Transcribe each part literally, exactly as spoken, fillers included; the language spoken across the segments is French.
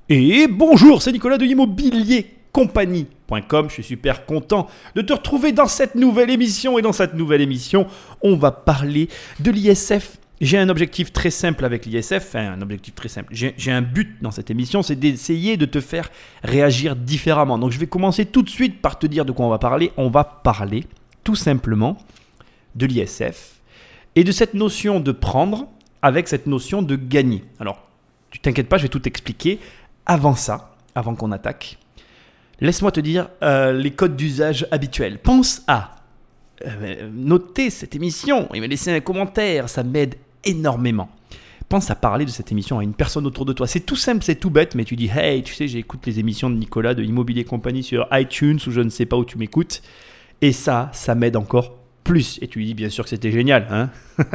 Et bonjour, c'est Nicolas de immobilier compagnie point com. Je suis super content de te retrouver dans cette nouvelle émission. Et dans cette nouvelle émission, on va parler de l'I S F. J'ai un objectif très simple avec l'I S F. Enfin, un objectif très simple. J'ai, j'ai un but dans cette émission, c'est d'essayer de te faire réagir différemment. Donc, je vais commencer tout de suite par te dire de quoi on va parler. On va parler tout simplement de l'I S F et de cette notion de prendre avec cette notion de gagner. Alors, tu t'inquiètes pas, je vais tout expliquer. Avant ça, avant qu'on attaque, laisse-moi te dire euh, les codes d'usage habituels. Pense à euh, noter cette émission et me laisser un commentaire, ça m'aide énormément. Pense à parler de cette émission à une personne autour de toi. C'est tout simple, c'est tout bête, mais tu dis « Hey, tu sais, j'écoute les émissions de Nicolas de Immobilier Compagnie sur iTunes ou je ne sais pas où tu m'écoutes. » Et ça, ça m'aide encore plus. Et tu lui dis bien sûr que c'était génial. Hein.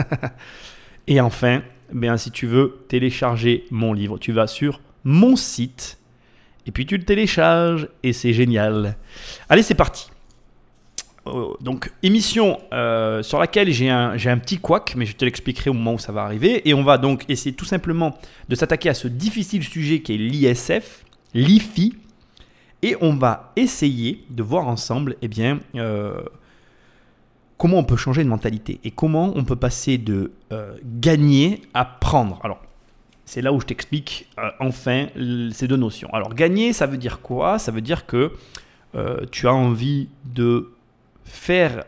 Et enfin, ben, si tu veux télécharger mon livre, tu vas sur mon site et puis tu le télécharges et c'est génial. Allez, c'est parti. Euh, donc, émission euh, sur laquelle j'ai un, j'ai un petit couac, mais je te l'expliquerai au moment où ça va arriver. Et on va donc essayer tout simplement de s'attaquer à ce difficile sujet qui est l'I S F, l'I F I. Et on va essayer de voir ensemble eh bien, euh, comment on peut changer de mentalité et comment on peut passer de euh, gagner à prendre. Alors, c'est là où je t'explique euh, enfin ces deux notions. Alors, gagner, ça veut dire quoi ? Ça veut dire que euh, tu as envie de faire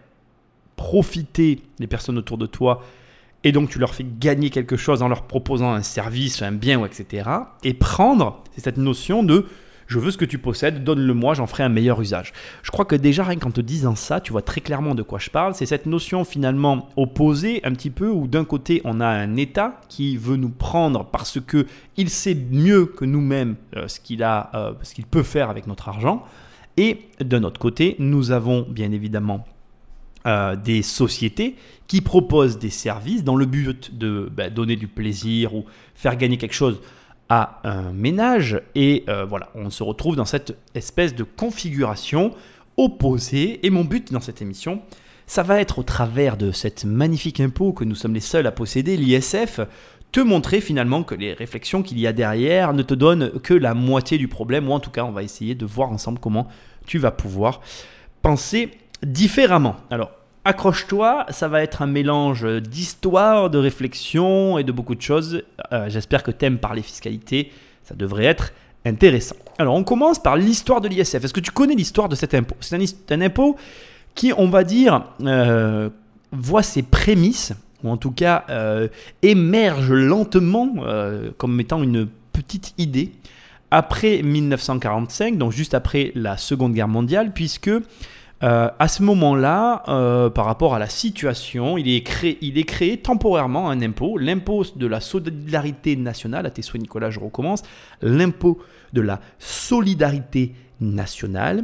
profiter les personnes autour de toi et donc tu leur fais gagner quelque chose en leur proposant un service, un bien, et cetera. Et prendre, c'est cette notion de je veux ce que tu possèdes, donne-le-moi, j'en ferai un meilleur usage. Je crois que déjà, rien qu'en te disant ça, tu vois très clairement de quoi je parle. C'est cette notion finalement opposée un petit peu où d'un côté, on a un État qui veut nous prendre parce qu'il sait mieux que nous-mêmes euh, ce qu'il a, euh, ce qu'il peut faire avec notre argent. Et d'un autre côté, nous avons bien évidemment euh, des sociétés qui proposent des services dans le but de bah, donner du plaisir ou faire gagner quelque chose à un ménage et euh, voilà, on se retrouve dans cette espèce de configuration opposée et mon but dans cette émission, ça va être au travers de cette magnifique impôt que nous sommes les seuls à posséder, l'I S F, te montrer finalement que les réflexions qu'il y a derrière ne te donnent que la moitié du problème ou en tout cas on va essayer de voir ensemble comment tu vas pouvoir penser différemment. Alors accroche-toi, ça va être un mélange d'histoire, de réflexion et de beaucoup de choses. Euh, j'espère que tu aimes parler fiscalité, ça devrait être intéressant. Alors, on commence par l'histoire de l'I S F. Est-ce que tu connais l'histoire de cet impôt ? C'est un, un impôt qui, on va dire, euh, voit ses prémices, ou en tout cas euh, émerge lentement euh, comme étant une petite idée après dix-neuf cent quarante-cinq, donc juste après la Seconde Guerre mondiale, puisque Euh, à ce moment-là, euh, par rapport à la situation, il est, créé, il est créé temporairement un impôt, l'impôt de la solidarité nationale, à tes souhaits Nicolas, je recommence, l'impôt de la solidarité nationale,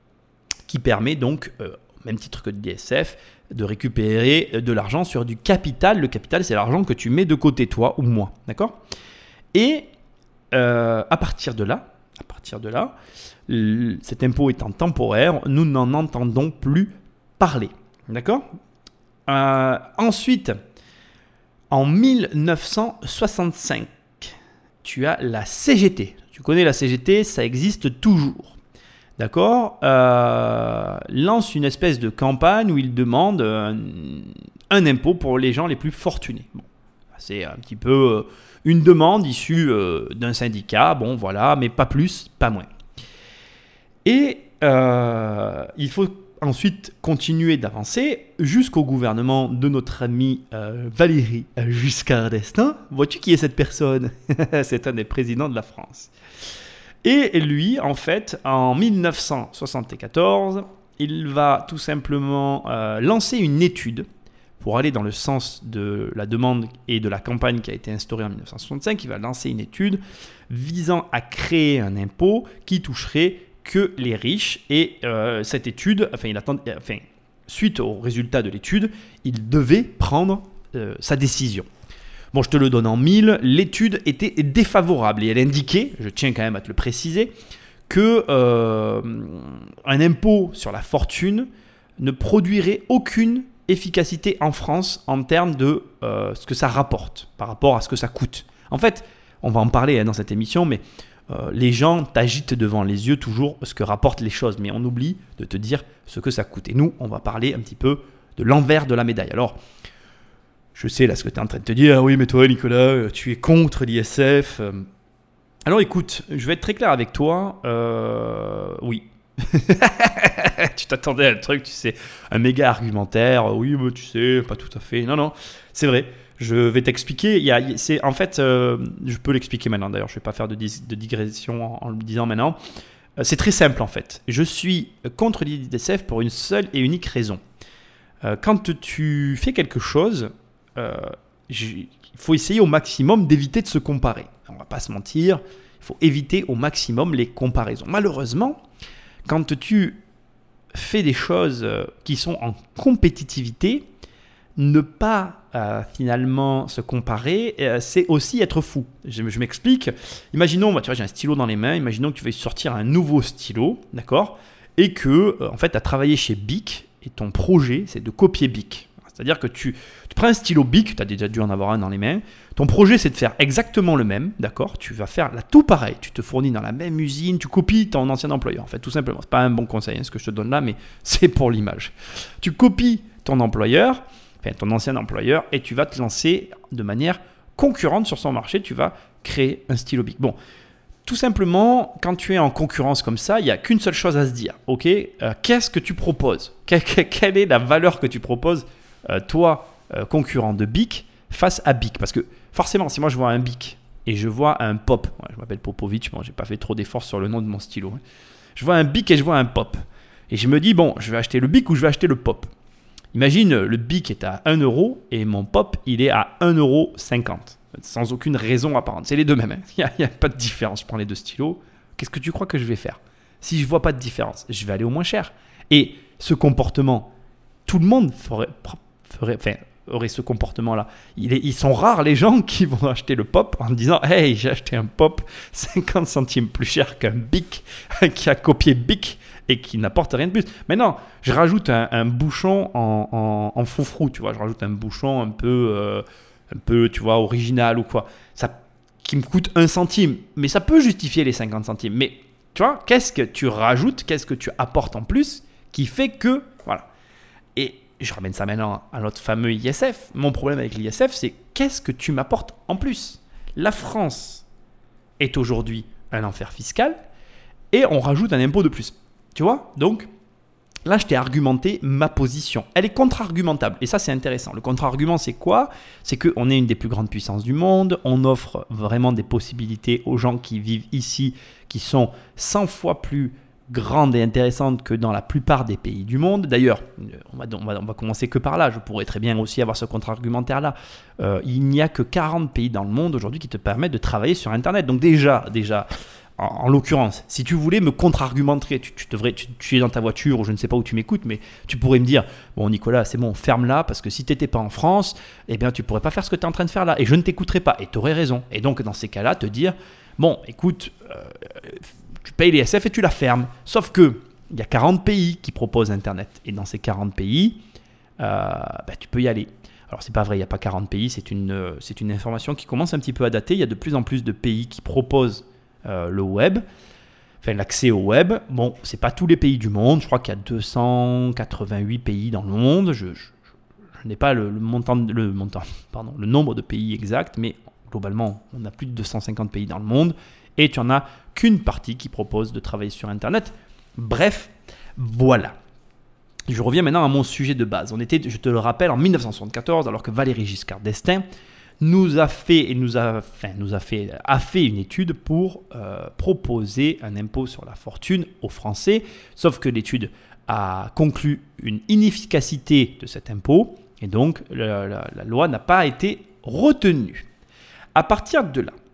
qui permet donc, euh, au même titre que le D S F, de récupérer de l'argent sur du capital. Le capital, c'est l'argent que tu mets de côté, toi ou moi, d'accord ? Et euh, à partir de là, à partir de là, cet impôt étant temporaire, nous n'en entendons plus parler. D'accord ? euh, Ensuite, en dix-neuf cent soixante-cinq, tu as la C G T. Tu connais la C G T, ça existe toujours. D'accord ? euh, Lance une espèce de campagne où il demande un, un impôt pour les gens les plus fortunés. Bon, c'est un petit peu une demande issue d'un syndicat, bon voilà, mais pas plus, pas moins. Et euh, il faut ensuite continuer d'avancer jusqu'au gouvernement de notre ami euh, Valéry Giscard d'Estaing. Vois-tu qui est cette personne ? C'est un des présidents de la France. Et lui, en fait, en dix-neuf cent soixante-quatorze, il va tout simplement euh, lancer une étude pour aller dans le sens de la demande et de la campagne qui a été instaurée en dix-neuf cent soixante-cinq. Il va lancer une étude visant à créer un impôt qui toucherait que les riches. Et euh, cette étude, enfin, il attend, enfin, suite au résultat de l'étude, il devait prendre euh, sa décision. Bon, je te le donne en mille. L'étude était défavorable et elle indiquait, je tiens quand même à te le préciser, que euh, un impôt sur la fortune ne produirait aucune efficacité en France en termes de euh, ce que ça rapporte par rapport à ce que ça coûte. En fait, on va en parler hein, dans cette émission, mais euh, les gens t'agitent devant les yeux toujours ce que rapportent les choses, mais on oublie de te dire ce que ça coûte. Et nous, on va parler un petit peu de l'envers de la médaille. Alors, je sais là ce que tu es en train de te dire. Ah oui, mais toi, Nicolas, tu es contre l'I S F. Alors écoute, je vais être très clair avec toi. Euh, oui. Tu t'attendais à un truc, tu sais, un méga argumentaire. Oui, mais tu sais, pas tout à fait. Non, non, c'est vrai. Je vais t'expliquer. Il y a, c'est, en fait, euh, je peux l'expliquer maintenant. D'ailleurs, je ne vais pas faire de, dis, de digression en, en le disant maintenant. Euh, c'est très simple en fait. Je suis contre l'I S F pour une seule et unique raison. Euh, quand tu fais quelque chose, euh, il faut essayer au maximum d'éviter de se comparer. On ne va pas se mentir. Il faut éviter au maximum les comparaisons. Malheureusement, quand tu fais des choses qui sont en compétitivité, ne pas euh, finalement se comparer, euh, c'est aussi être fou. Je, je m'explique. Imaginons, bah, tu vois, j'ai un stylo dans les mains. Imaginons que tu veuilles sortir un nouveau stylo, d'accord, et que, euh, en fait, tu as travaillé chez Bic et ton projet, c'est de copier Bic. C'est-à-dire que tu, tu prends un stylo Bic, tu as déjà dû en avoir un dans les mains. Ton projet, c'est de faire exactement le même, d'accord. Tu vas faire là tout pareil. Tu te fournis dans la même usine, tu copies ton ancien employeur, en fait, tout simplement. C'est pas un bon conseil, hein, ce que je te donne là, mais c'est pour l'image. Tu copies ton employeur, enfin ton ancien employeur, et tu vas te lancer de manière concurrente sur son marché. Tu vas créer un stylo Bic. Bon, tout simplement, quand tu es en concurrence comme ça, il n'y a qu'une seule chose à se dire. Ok, euh, qu'est-ce que tu proposes ? Quelle, quelle est la valeur que tu proposes, euh, toi, euh, concurrent de Bic, face à Bic ? Parce que forcément, si moi je vois un Bic et je vois un Pop, ouais, je m'appelle Popovic, bon, je n'ai pas fait trop d'efforts sur le nom de mon stylo. Hein. Je vois un Bic et je vois un Pop. Et je me dis, bon, je vais acheter le Bic ou je vais acheter le Pop ? Imagine, le Bic est à un euro et mon Pop, il est à un euro cinquante. Sans aucune raison apparente. C'est les deux mêmes. Hein. Il n'y a, a pas de différence. Je prends les deux stylos. Qu'est-ce que tu crois que je vais faire ? Si je ne vois pas de différence, je vais aller au moins cher. Et ce comportement, tout le monde ferait, ferait, enfin, aurait ce comportement-là. Il est, ils sont rares les gens qui vont acheter le Pop en disant « Hey, j'ai acheté un Pop cinquante centimes plus cher qu'un Bic qui a copié Bic et qui n'apporte rien de plus. » Maintenant, je rajoute un, un bouchon en, en, en faux-frou. Tu vois, je rajoute un bouchon un peu... Euh, un peu, tu vois, original ou quoi, ça, qui me coûte un centime. Mais ça peut justifier les cinquante centimes. Mais, tu vois, qu'est-ce que tu rajoutes, qu'est-ce que tu apportes en plus qui fait que, voilà. Et je ramène ça maintenant à notre fameux I S F. Mon problème avec l'I S F, c'est qu'est-ce que tu m'apportes en plus ? La France est aujourd'hui un enfer fiscal et on rajoute un impôt de plus. Tu vois ? Donc, là, je t'ai argumenté ma position. Elle est contre-argumentable. Et ça, c'est intéressant. Le contre-argument, c'est quoi ? C'est qu'on est une des plus grandes puissances du monde. On offre vraiment des possibilités aux gens qui vivent ici, qui sont cent fois plus grandes et intéressantes que dans la plupart des pays du monde. D'ailleurs, on va, on va, on va commencer que par là. Je pourrais très bien aussi avoir ce contre-argumentaire-là. Euh, il n'y a que quarante pays dans le monde aujourd'hui qui te permettent de travailler sur Internet. Donc déjà, déjà... En, en l'occurrence, si tu voulais me contre-argumenter, tu, tu, devrais, tu, tu es dans ta voiture ou je ne sais pas où tu m'écoutes, mais tu pourrais me dire « Bon Nicolas, c'est bon, ferme là parce que si tu n'étais pas en France, eh bien, tu ne pourrais pas faire ce que tu es en train de faire là et je ne t'écouterai pas. » Et tu aurais raison. Et donc, dans ces cas-là, te dire « Bon, écoute, euh, tu payes l'I S F et tu la fermes. » Sauf qu'il y a quarante pays qui proposent Internet. Et dans ces quarante pays, euh, bah, tu peux y aller. Alors, ce n'est pas vrai, il n'y a pas quarante pays. C'est une, c'est une information qui commence un petit peu à dater. Il y a de plus en plus de pays qui proposent Euh, le web, enfin l'accès au web. Bon, c'est pas tous les pays du monde. Je crois qu'il y a deux cent quatre-vingt-huit pays dans le monde. Je, je, je n'ai pas le, le montant, le montant, pardon, le nombre de pays exact, mais globalement, on a plus de deux cent cinquante pays dans le monde. Et tu en as qu'une partie qui propose de travailler sur Internet. Bref, voilà. Je reviens maintenant à mon sujet de base. On était, je te le rappelle, en dix-neuf cent soixante-quatorze, alors que Valéry Giscard d'Estaing nous a fait et nous a, enfin, nous a fait, a fait une étude pour euh, proposer un impôt sur la fortune aux Français. Sauf que l'étude a conclu une inefficacité de cet impôt et donc la, la, la loi n'a pas été retenue. À partir de là,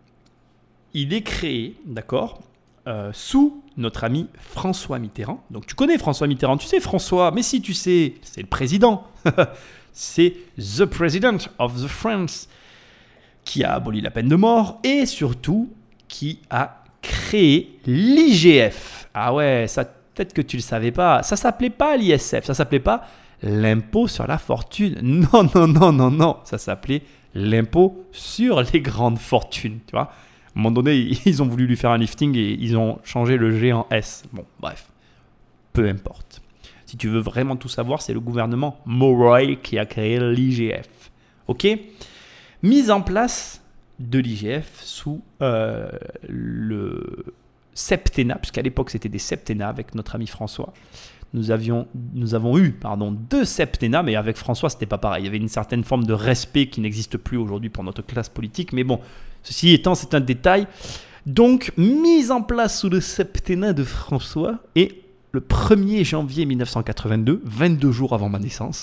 il est créé, d'accord, euh, sous notre ami François Mitterrand. Donc tu connais François Mitterrand, tu sais François, mais si tu sais, c'est le président, c'est the president of the France, qui a aboli la peine de mort et surtout qui a créé l'I G F. Ah ouais, ça peut-être que tu ne le savais pas. Ça ne s'appelait pas l'I S F, ça ne s'appelait pas l'impôt sur la fortune. Non, non, non, non, non. Ça s'appelait l'impôt sur les grandes fortunes. Tu vois ? un moment donné, ils ont voulu lui faire un lifting et ils ont changé le G en S. Bon, bref, peu importe. Si tu veux vraiment tout savoir, c'est le gouvernement Mauroy qui a créé l'I G F. Ok ? Mise en place de l'I G F sous euh, le septennat, puisqu'à l'époque c'était des septennats avec notre ami François. Nous, avions, nous avons eu pardon, deux septennats, mais avec François, c'était pas pareil. Il y avait une certaine forme de respect qui n'existe plus aujourd'hui pour notre classe politique. Mais bon, ceci étant, c'est un détail. Donc, mise en place sous le septennat de François, et le premier janvier mille neuf cent quatre-vingt-deux, vingt-deux jours avant ma naissance,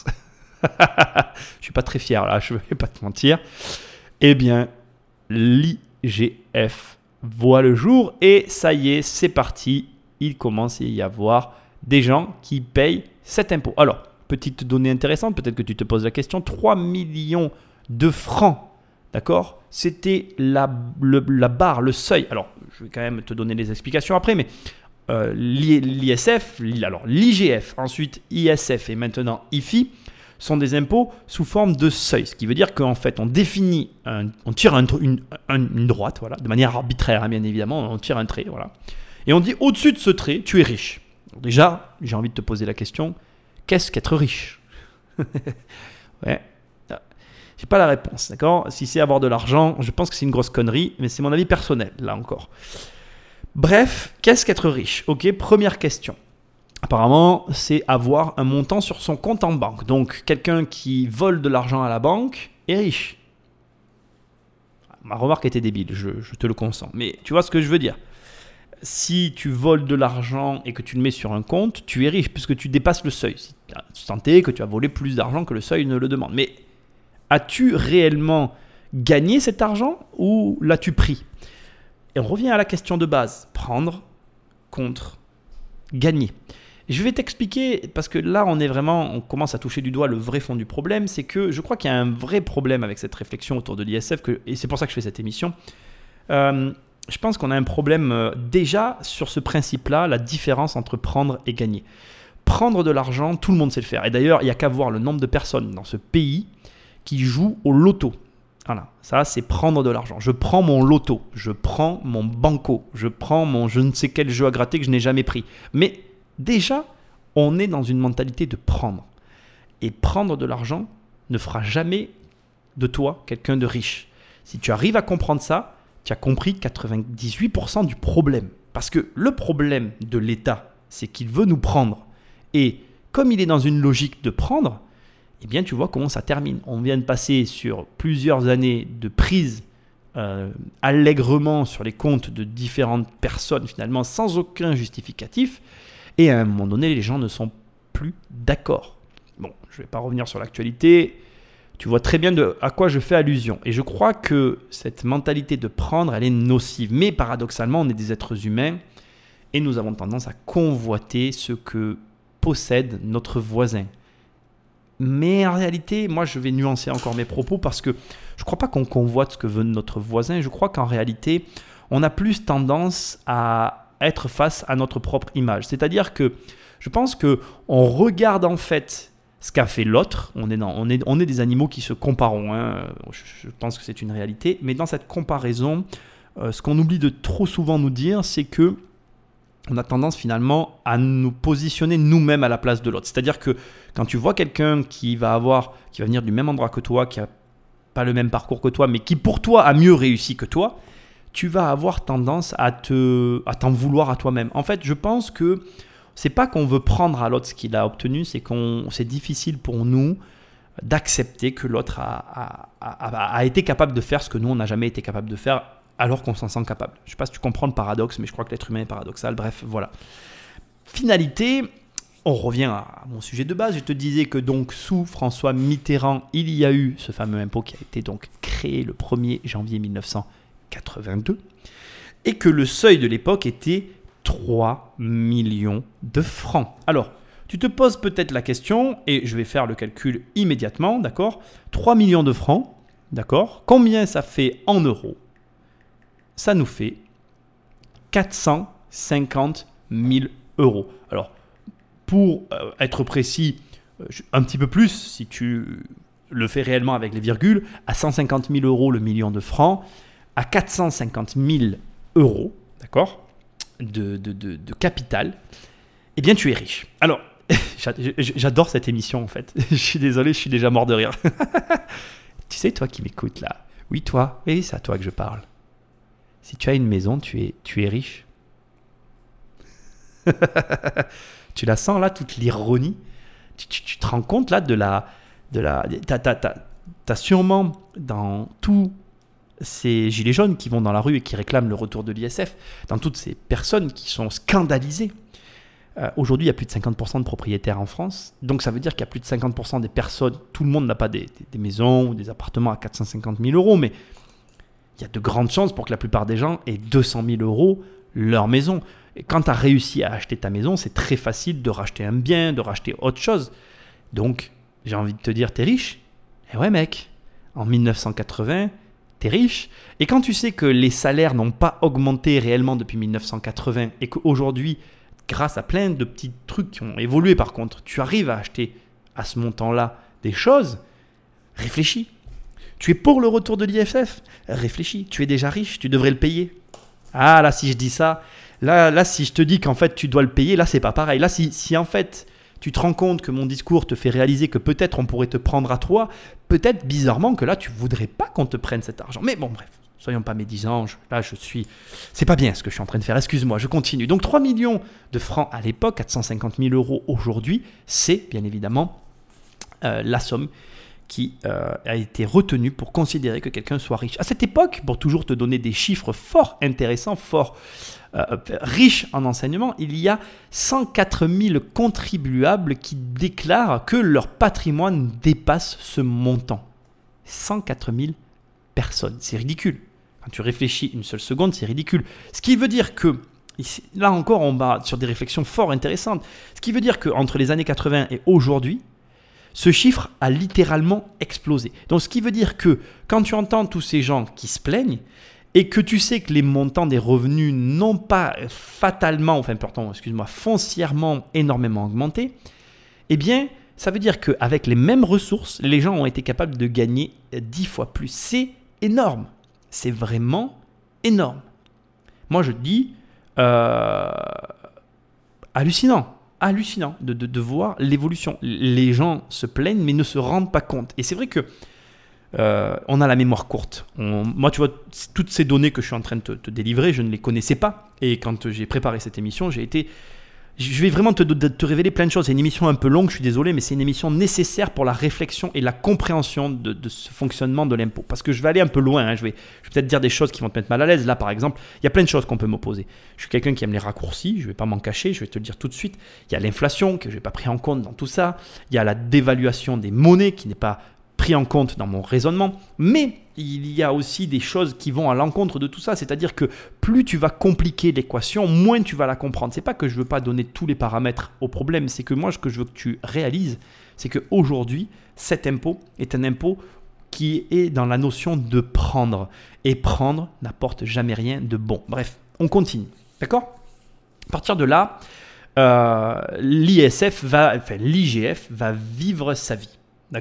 je suis pas très fier là, je vais pas te mentir, eh bien, l'I G F voit le jour, et ça y est, c'est parti. Il commence à y avoir des gens qui payent cet impôt. Alors, petite donnée intéressante, peut-être que tu te poses la question, trois millions de francs, d'accord ? C'était la, le, la barre, le seuil. Alors, je vais quand même te donner les explications après, mais euh, l'I S F, alors l'I G F, ensuite I S F et maintenant I F I sont des impôts sous forme de seuil. Ce qui veut dire qu'en fait, on définit, un, on tire un, une, une droite, voilà, de manière arbitraire, hein, bien évidemment, on tire un trait, voilà. Et on dit, au-dessus de ce trait, tu es riche. Déjà, j'ai envie de te poser la question, qu'est-ce qu'être riche ? Ouais, j'ai pas la réponse, d'accord ? Si c'est avoir de l'argent, je pense que c'est une grosse connerie, mais c'est mon avis personnel, là encore. Bref, qu'est-ce qu'être riche ? Ok, première question. Apparemment, c'est avoir un montant sur son compte en banque. Donc, quelqu'un qui vole de l'argent à la banque est riche. Ma remarque était débile, je, je te le consens. Mais tu vois ce que je veux dire ? Si tu voles de l'argent et que tu le mets sur un compte, tu es riche puisque tu dépasses le seuil. Si tu sentais que tu as volé plus d'argent que le seuil ne le demande. Mais as-tu réellement gagné cet argent ou l'as-tu pris ? Et on revient à la question de base. Prendre contre gagner. Je vais t'expliquer, parce que là, on est vraiment, on commence à toucher du doigt le vrai fond du problème. C'est que je crois qu'il y a un vrai problème avec cette réflexion autour de l'I S F, que, et c'est pour ça que je fais cette émission. Euh, je pense qu'on a un problème euh, déjà sur ce principe-là, la différence entre prendre et gagner. Prendre de l'argent, tout le monde sait le faire. Et d'ailleurs, il n'y a qu'à voir le nombre de personnes dans ce pays qui jouent au loto. Voilà, ça c'est prendre de l'argent. Je prends mon loto, je prends mon banco, je prends mon je ne sais quel jeu à gratter que je n'ai jamais pris. Mais déjà, on est dans une mentalité de prendre. Et prendre de l'argent ne fera jamais de toi quelqu'un de riche. Si tu arrives à comprendre ça, tu as compris quatre-vingt-dix-huit pour cent du problème. Parce que le problème de l'État, c'est qu'il veut nous prendre. Et comme il est dans une logique de prendre, eh bien, tu vois comment ça termine. On vient de passer sur plusieurs années de prise euh, allègrement sur les comptes de différentes personnes, finalement, sans aucun justificatif. Et à un moment donné, les gens ne sont plus d'accord. Bon, je ne vais pas revenir sur l'actualité. Tu vois très bien de, à quoi je fais allusion. Et je crois que cette mentalité de prendre, elle est nocive. Mais paradoxalement, on est des êtres humains et nous avons tendance à convoiter ce que possède notre voisin. Mais en réalité, moi, je vais nuancer encore mes propos parce que je ne crois pas qu'on convoite ce que veut notre voisin. Je crois qu'en réalité, on a plus tendance à être face à notre propre image. C'est-à-dire que je pense qu'on regarde en fait ce qu'a fait l'autre. On est, dans, on est, on est des animaux qui se comparent. Hein. Je pense que c'est une réalité. Mais dans cette comparaison, euh, ce qu'on oublie de trop souvent nous dire, c'est que on a tendance finalement à nous positionner nous-mêmes à la place de l'autre. C'est-à-dire que quand tu vois quelqu'un qui va avoir, qui va venir du même endroit que toi, qui n'a pas le même parcours que toi, mais qui pour toi a mieux réussi que toi, tu vas avoir tendance à, te, à t'en vouloir à toi-même. En fait, je pense que c'est pas qu'on veut prendre à l'autre ce qu'il a obtenu, c'est qu'on, c'est difficile pour nous d'accepter que l'autre a, a, a, a été capable de faire ce que nous, on n'a jamais été capable de faire, alors qu'on s'en sent capable. Je ne sais pas si tu comprends le paradoxe, mais je crois que l'être humain est paradoxal. Bref, voilà. Finalité, on revient à mon sujet de base. Je te disais que donc sous François Mitterrand, il y a eu ce fameux impôt qui a été donc créé le premier janvier mille neuf cent quatre-vingt-deux et que le seuil de l'époque était trois millions de francs. Alors, tu te poses peut-être la question, et je vais faire le calcul immédiatement, d'accord ? trois millions de francs, d'accord ? Combien ça fait en euros ? Ça nous fait quatre cent cinquante mille euros. Alors, pour euh, être précis, euh, un petit peu plus, si tu le fais réellement avec les virgules, à cent cinquante mille euros le million de francs, à quatre cent cinquante mille euros, d'accord, de, de, de, de capital, eh bien tu es riche. Alors, j'adore cette émission en fait. Je suis désolé, je suis déjà mort de rire. Tu sais, toi qui m'écoutes là, oui toi, oui c'est à toi que je parle. Si tu as une maison, tu es, tu es riche. Tu la sens là, toute l'ironie. Tu, tu, tu te rends compte là de la... De la t'as, t'as, t'as, t'as sûrement dans tous ces gilets jaunes qui vont dans la rue et qui réclament le retour de l'I S F, dans toutes ces personnes qui sont scandalisées. Euh, aujourd'hui, il y a plus de cinquante pour cent de propriétaires en France. Donc ça veut dire qu'il y a plus de cinquante pour cent des personnes, tout le monde n'a pas des, des, des maisons ou des appartements à quatre cent cinquante mille euros, mais il y a de grandes chances pour que la plupart des gens aient deux cent mille euros leur maison. Et quand tu as réussi à acheter ta maison, c'est très facile de racheter un bien, de racheter autre chose. Donc, j'ai envie de te dire, t'es riche ? Eh ouais mec, en mille neuf cent quatre-vingts, t'es riche. Et quand tu sais que les salaires n'ont pas augmenté réellement depuis mille neuf cent quatre-vingts et qu'aujourd'hui, grâce à plein de petits trucs qui ont évolué par contre, tu arrives à acheter à ce montant-là des choses, réfléchis. Tu es pour le retour de l'I S F ? Réfléchis, tu es déjà riche, tu devrais le payer. Ah là, si je dis ça, là, là si je te dis qu'en fait tu dois le payer, là c'est pas pareil. Là si, si en fait tu te rends compte que mon discours te fait réaliser que peut-être on pourrait te prendre à toi, peut-être bizarrement que là tu voudrais pas qu'on te prenne cet argent. Mais bon bref, soyons pas médisants, là je suis... C'est pas bien ce que je suis en train de faire, excuse-moi, je continue. Donc trois millions de francs à l'époque, quatre cent cinquante mille euros aujourd'hui, c'est bien évidemment euh, la somme qui euh, a été retenue pour considérer que quelqu'un soit riche. À cette époque, pour toujours te donner des chiffres fort intéressants, fort euh, riches en enseignement, il y a cent quatre mille contribuables qui déclarent que leur patrimoine dépasse ce montant. cent quatre mille personnes, c'est ridicule. Quand tu réfléchis une seule seconde, c'est ridicule. Ce qui veut dire que, là encore, on va sur des réflexions fort intéressantes, ce qui veut dire qu'entre les années quatre-vingts et aujourd'hui, ce chiffre a littéralement explosé. Donc, ce qui veut dire que quand tu entends tous ces gens qui se plaignent et que tu sais que les montants des revenus n'ont pas fatalement, enfin, pardon, excuse-moi, foncièrement énormément augmenté, eh bien, ça veut dire qu'avec les mêmes ressources, les gens ont été capables de gagner dix fois plus. C'est énorme. C'est vraiment énorme. Moi, je te dis, euh, hallucinant. hallucinant de, de, de voir l'évolution. Les gens se plaignent mais ne se rendent pas compte. Et c'est vrai que euh, on a la mémoire courte. On, moi, tu vois, toutes ces données que je suis en train de te, te délivrer, je ne les connaissais pas. Et quand j'ai préparé cette émission, j'ai été... Je vais vraiment te, te, te révéler plein de choses. C'est une émission un peu longue, je suis désolé, mais c'est une émission nécessaire pour la réflexion et la compréhension de, de ce fonctionnement de l'impôt. Parce que je vais aller un peu loin, hein. je, vais, je vais peut-être dire des choses qui vont te mettre mal à l'aise. Là, par exemple, il y a plein de choses qu'on peut m'opposer. Je suis quelqu'un qui aime les raccourcis, je ne vais pas m'en cacher, je vais te le dire tout de suite. Il y a l'inflation que je n'ai pas pris en compte dans tout ça. Il y a la dévaluation des monnaies qui n'est pas pris en compte dans mon raisonnement. Mais il y a aussi des choses qui vont à l'encontre de tout ça. C'est-à-dire que plus tu vas compliquer l'équation, moins tu vas la comprendre. Ce n'est pas que je ne veux pas donner tous les paramètres au problème. C'est que moi, ce que je veux que tu réalises, c'est qu'aujourd'hui, cet impôt est un impôt qui est dans la notion de prendre. Et prendre n'apporte jamais rien de bon. Bref, on continue. D'accord ? À partir de là, euh, l'I S F va, enfin, l'I G F va vivre sa vie. D'accord ?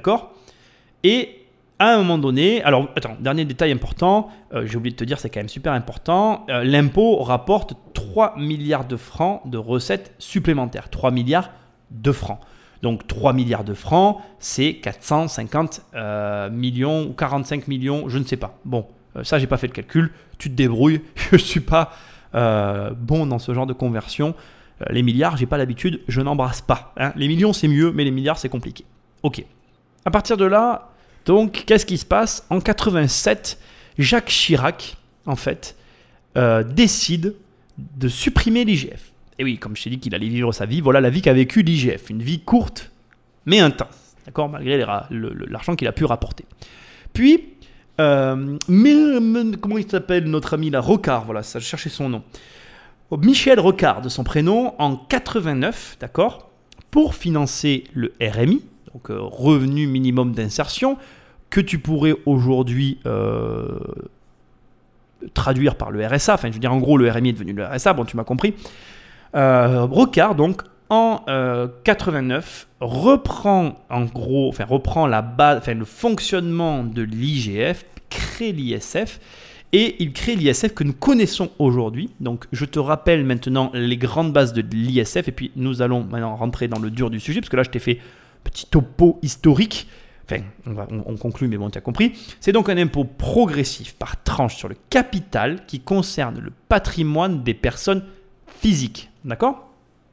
Et à un moment donné, alors attends, dernier détail important, euh, j'ai oublié de te dire, c'est quand même super important, euh, l'impôt rapporte trois milliards de francs de recettes supplémentaires. trois milliards de francs. Donc trois milliards de francs, c'est quatre cent cinquante euh, millions ou quarante-cinq millions, je ne sais pas. Bon, euh, ça, j'ai pas fait le calcul, tu te débrouilles, je ne suis pas euh, bon dans ce genre de conversion. Euh, les milliards, j'ai pas l'habitude, je n'embrasse pas. Hein. Les millions, c'est mieux, mais les milliards, c'est compliqué. Ok. À partir de là, donc, qu'est-ce qui se passe ? En quatre-vingt-sept, Jacques Chirac, en fait, euh, décide de supprimer l'I G F. Et oui, comme je t'ai dit qu'il allait vivre sa vie, voilà la vie qu'a vécue l'I G F. Une vie courte, mais intense, d'accord ? Malgré les ra- le, le, l'argent qu'il a pu rapporter. Puis, euh, mais, mais, comment il s'appelle notre ami là ? Rocard, voilà, ça, je cherchais son nom. Michel Rocard, de son prénom, en quatre-vingt-neuf, d'accord ? Pour financer le R M I, donc euh, revenu minimum d'insertion, que tu pourrais aujourd'hui euh, traduire par le R S A. Enfin, je veux dire, en gros, le R M I est devenu le R S A, bon, tu m'as compris. Euh, Rocard, donc, en euh, quatre-vingt-neuf, reprend, en gros, enfin, reprend la base, enfin, le fonctionnement de l'I G F, crée l'I S F, et il crée l'I S F que nous connaissons aujourd'hui. Donc je te rappelle maintenant les grandes bases de l'I S F et puis nous allons maintenant rentrer dans le dur du sujet parce que là je t'ai fait un petit topo historique. Enfin, on, va, on, on conclut, mais bon, tu as compris. C'est donc un impôt progressif par tranche sur le capital qui concerne le patrimoine des personnes physiques. D'accord ?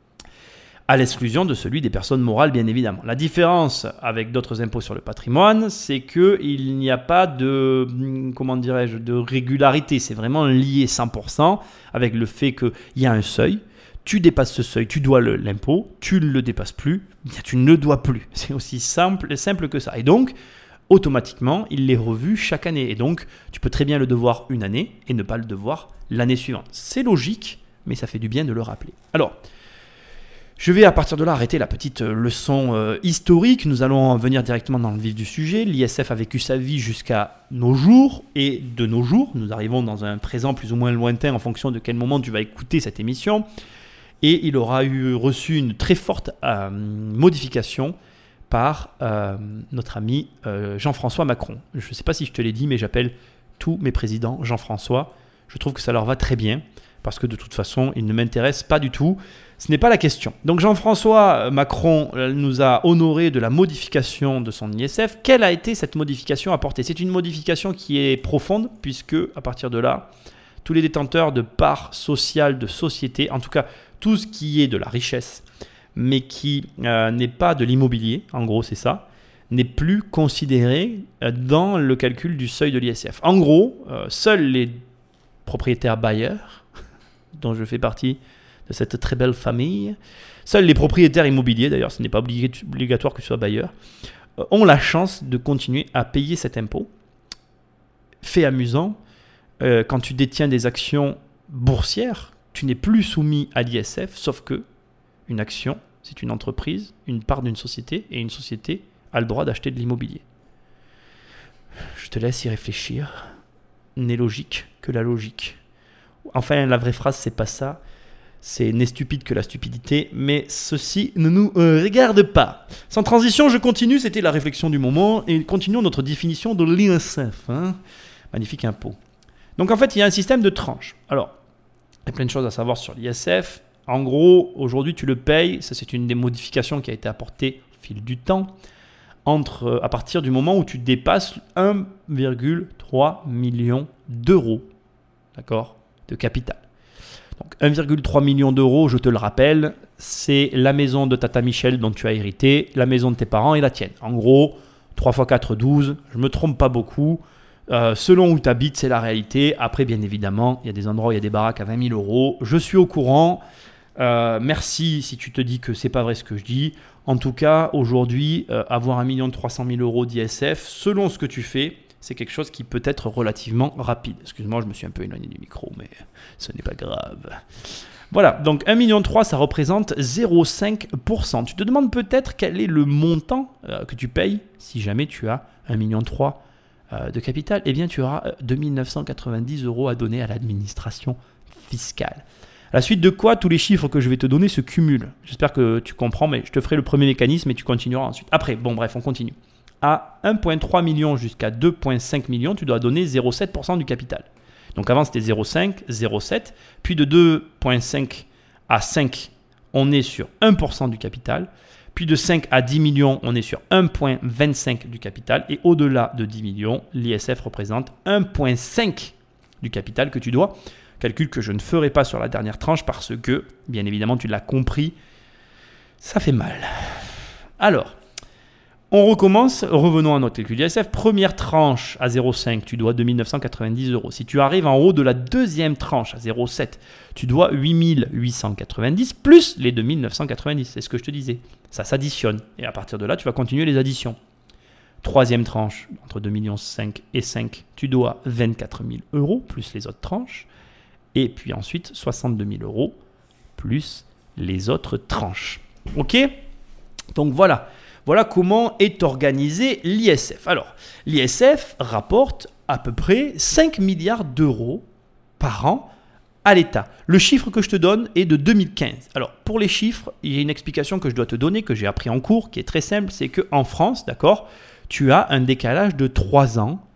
À l'exclusion de celui des personnes morales, bien évidemment. La différence avec d'autres impôts sur le patrimoine, c'est qu'il n'y a pas de, comment dirais-je, de régularité. C'est vraiment lié cent pour cent avec le fait qu'il y a un seuil. Tu dépasses ce seuil, tu dois le, l'impôt, tu ne le dépasses plus, bien tu ne le dois plus. C'est aussi simple, simple que ça. Et donc, automatiquement, il est revu chaque année. Et donc, tu peux très bien le devoir une année et ne pas le devoir l'année suivante. C'est logique, mais ça fait du bien de le rappeler. Alors, je vais à partir de là arrêter la petite leçon euh, historique. Nous allons venir directement dans le vif du sujet. L'I S F a vécu sa vie jusqu'à nos jours et de nos jours. Nous arrivons dans un présent plus ou moins lointain en fonction de quel moment tu vas écouter cette émission. Et il aura eu, reçu une très forte euh, modification par euh, notre ami euh, Jean-François Macron. Je ne sais pas si je te l'ai dit, mais j'appelle tous mes présidents Jean-François. Je trouve que ça leur va très bien, parce que de toute façon, ils ne m'intéressent pas du tout. Ce n'est pas la question. Donc Jean-François Macron nous a honoré de la modification de son I S F. Quelle a été cette modification apportée ? C'est une modification qui est profonde, puisque à partir de là, tous les détenteurs de parts sociales de société, en tout cas tout ce qui est de la richesse, mais qui euh, n'est pas de l'immobilier, en gros c'est ça, n'est plus considéré euh, dans le calcul du seuil de l'I S F. En gros, euh, seuls les propriétaires bailleurs, dont je fais partie de cette très belle famille, seuls les propriétaires immobiliers, d'ailleurs ce n'est pas obligatoire que tu sois bailleur, euh, ont la chance de continuer à payer cet impôt. Fait amusant, euh, quand tu détiens des actions boursières, tu n'es plus soumis à l'I S F, sauf que une action, c'est une entreprise, une part d'une société, et une société a le droit d'acheter de l'immobilier. Je te laisse y réfléchir. N'est logique que la logique. Enfin, la vraie phrase, c'est pas ça. C'est n'est stupide que la stupidité, mais ceci ne nous euh, regarde pas. Sans transition, je continue, c'était la réflexion du moment, et continuons notre définition de l'I S F. Hein. Magnifique impôt. Donc en fait, il y a un système de tranches. Alors, il y a plein de choses à savoir sur l'I S F. En gros, aujourd'hui, tu le payes. Ça, c'est une des modifications qui a été apportée au fil du temps. Entre, à partir du moment où tu dépasses un virgule trois million d'euros, d'accord, de capital. Donc, un virgule trois million d'euros, je te le rappelle, c'est la maison de Tata Michel dont tu as hérité, la maison de tes parents et la tienne. En gros, trois fois quatre, douze. Je ne me trompe pas beaucoup. Euh, selon où tu habites, c'est la réalité. Après, bien évidemment, il y a des endroits où il y a des baraques à vingt mille euros. Je suis au courant. Euh, merci si tu te dis que c'est pas vrai ce que je dis. En tout cas, aujourd'hui, euh, avoir un million trois cent mille euros d'I S F, selon ce que tu fais, c'est quelque chose qui peut être relativement rapide. Excuse-moi, je me suis un peu éloigné du micro, mais ce n'est pas grave. Voilà, donc un million trois, ça représente zéro virgule cinq pour cent. Tu te demandes peut-être quel est le montant euh, que tu payes si jamais tu as un million trois de capital, eh bien tu auras deux mille neuf cent quatre-vingt-dix euros à donner à l'administration fiscale. À la suite de quoi, tous les chiffres que je vais te donner se cumulent. J'espère que tu comprends, mais je te ferai le premier mécanisme et tu continueras ensuite. Après, bon bref, on continue. À un virgule trois million jusqu'à deux virgule cinq millions, tu dois donner zéro virgule sept pour cent du capital. Donc avant, c'était zéro virgule cinq, zéro virgule sept, puis de deux virgule cinq à cinq, on est sur un pour cent du capital. Puis de cinq à dix millions, on est sur un virgule vingt-cinq du capital. Et au-delà de dix millions, l'I S F représente un virgule cinq du capital que tu dois. Calcul que je ne ferai pas sur la dernière tranche parce que, bien évidemment, tu l'as compris, ça fait mal. Alors, on recommence. Revenons à notre calcul d'I S F. Première tranche à zéro virgule cinq, tu dois deux mille neuf cent quatre-vingt-dix euros. Si tu arrives en haut de la deuxième tranche à zéro virgule sept, tu dois huit mille huit cent quatre-vingt-dix plus les deux mille neuf cent quatre-vingt-dix. C'est ce que je te disais. Ça s'additionne. Et à partir de là, tu vas continuer les additions. Troisième tranche, entre deux virgule cinq millions et cinq, tu dois vingt-quatre mille euros plus les autres tranches. Et puis ensuite, soixante-deux mille euros plus les autres tranches. OK ? Donc voilà. Voilà comment est organisé l'I S F. Alors, l'I S F rapporte à peu près cinq milliards d'euros par an à l'État. Le chiffre que je te donne est de deux mille quinze. Alors, pour les chiffres, il y a une explication que je dois te donner, que j'ai appris en cours, qui est très simple, c'est qu'en France, d'accord, tu as un décalage de trois ans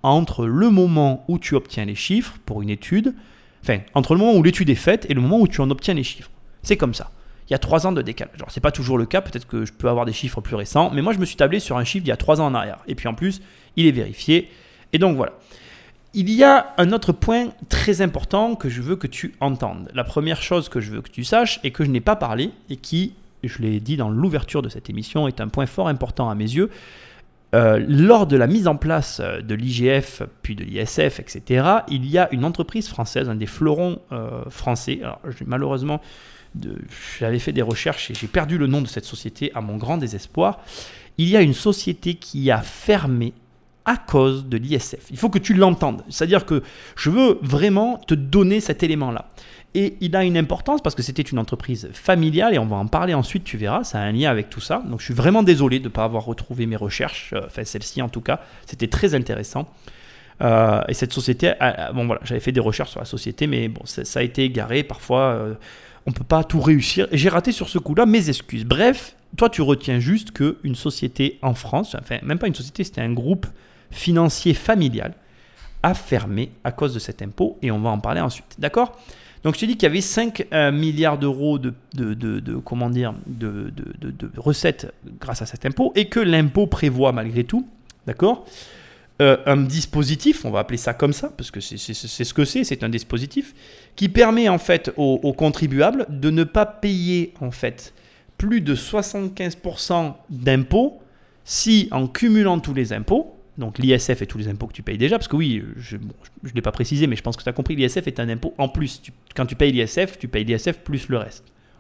entre le moment où tu obtiens les chiffres pour une étude, enfin, entre le moment où l'étude est faite et le moment où tu en obtiens les chiffres. C'est comme ça. Il y a trois ans de décalage. Alors, ce n'est pas toujours le cas, peut-être que je peux avoir des chiffres plus récents, mais moi, je me suis tablé sur un chiffre d'il y a trois ans en arrière. Et puis en plus, il est vérifié. Et donc voilà. Il y a un autre point très important que je veux que tu entendes. La première chose que je veux que tu saches et que je n'ai pas parlé et qui, je l'ai dit dans l'ouverture de cette émission, est un point fort important à mes yeux. Euh, lors de la mise en place de l'I G F, puis de l'I S F, et cetera, il y a une entreprise française, un des fleurons euh, français. Alors, malheureusement, de, j'avais fait des recherches et j'ai perdu le nom de cette société à mon grand désespoir. Il y a une société qui a fermé à cause de l'I S F. Il faut que tu l'entendes. C'est-à-dire que je veux vraiment te donner cet élément-là. Et il a une importance parce que c'était une entreprise familiale et on va en parler ensuite, tu verras, ça a un lien avec tout ça. Donc je suis vraiment désolé de ne pas avoir retrouvé mes recherches, enfin celle-ci en tout cas, c'était très intéressant. Euh, et cette société, euh, bon voilà, j'avais fait des recherches sur la société, mais bon, ça, ça a été égaré, parfois euh, on ne peut pas tout réussir. Et j'ai raté sur ce coup-là, mes excuses. Bref, toi tu retiens juste qu'une société en France, enfin même pas une société, c'était un groupe financier familial, a fermé à cause de cet impôt et on va en parler ensuite, d'accord ? Donc je t'ai dit qu'il y avait cinq euh, milliards d'euros de, de, de, de, comment dire, de, de, de, de recettes grâce à cet impôt et que l'impôt prévoit malgré tout, d'accord, euh, un dispositif, on va appeler ça comme ça, parce que c'est, c'est, c'est ce que c'est, c'est un dispositif qui permet en fait aux, aux contribuables de ne pas payer en fait plus de soixante-quinze pour cent d'impôts si en cumulant tous les impôts, donc l'I S F et tous les impôts que tu payes déjà, parce que oui, je ne bon, je l'ai pas précisé, mais je pense que tu as compris, l'I S F est un impôt en plus. Tu, quand tu payes l'I S F, tu payes l'I S F plus le reste. Ok ?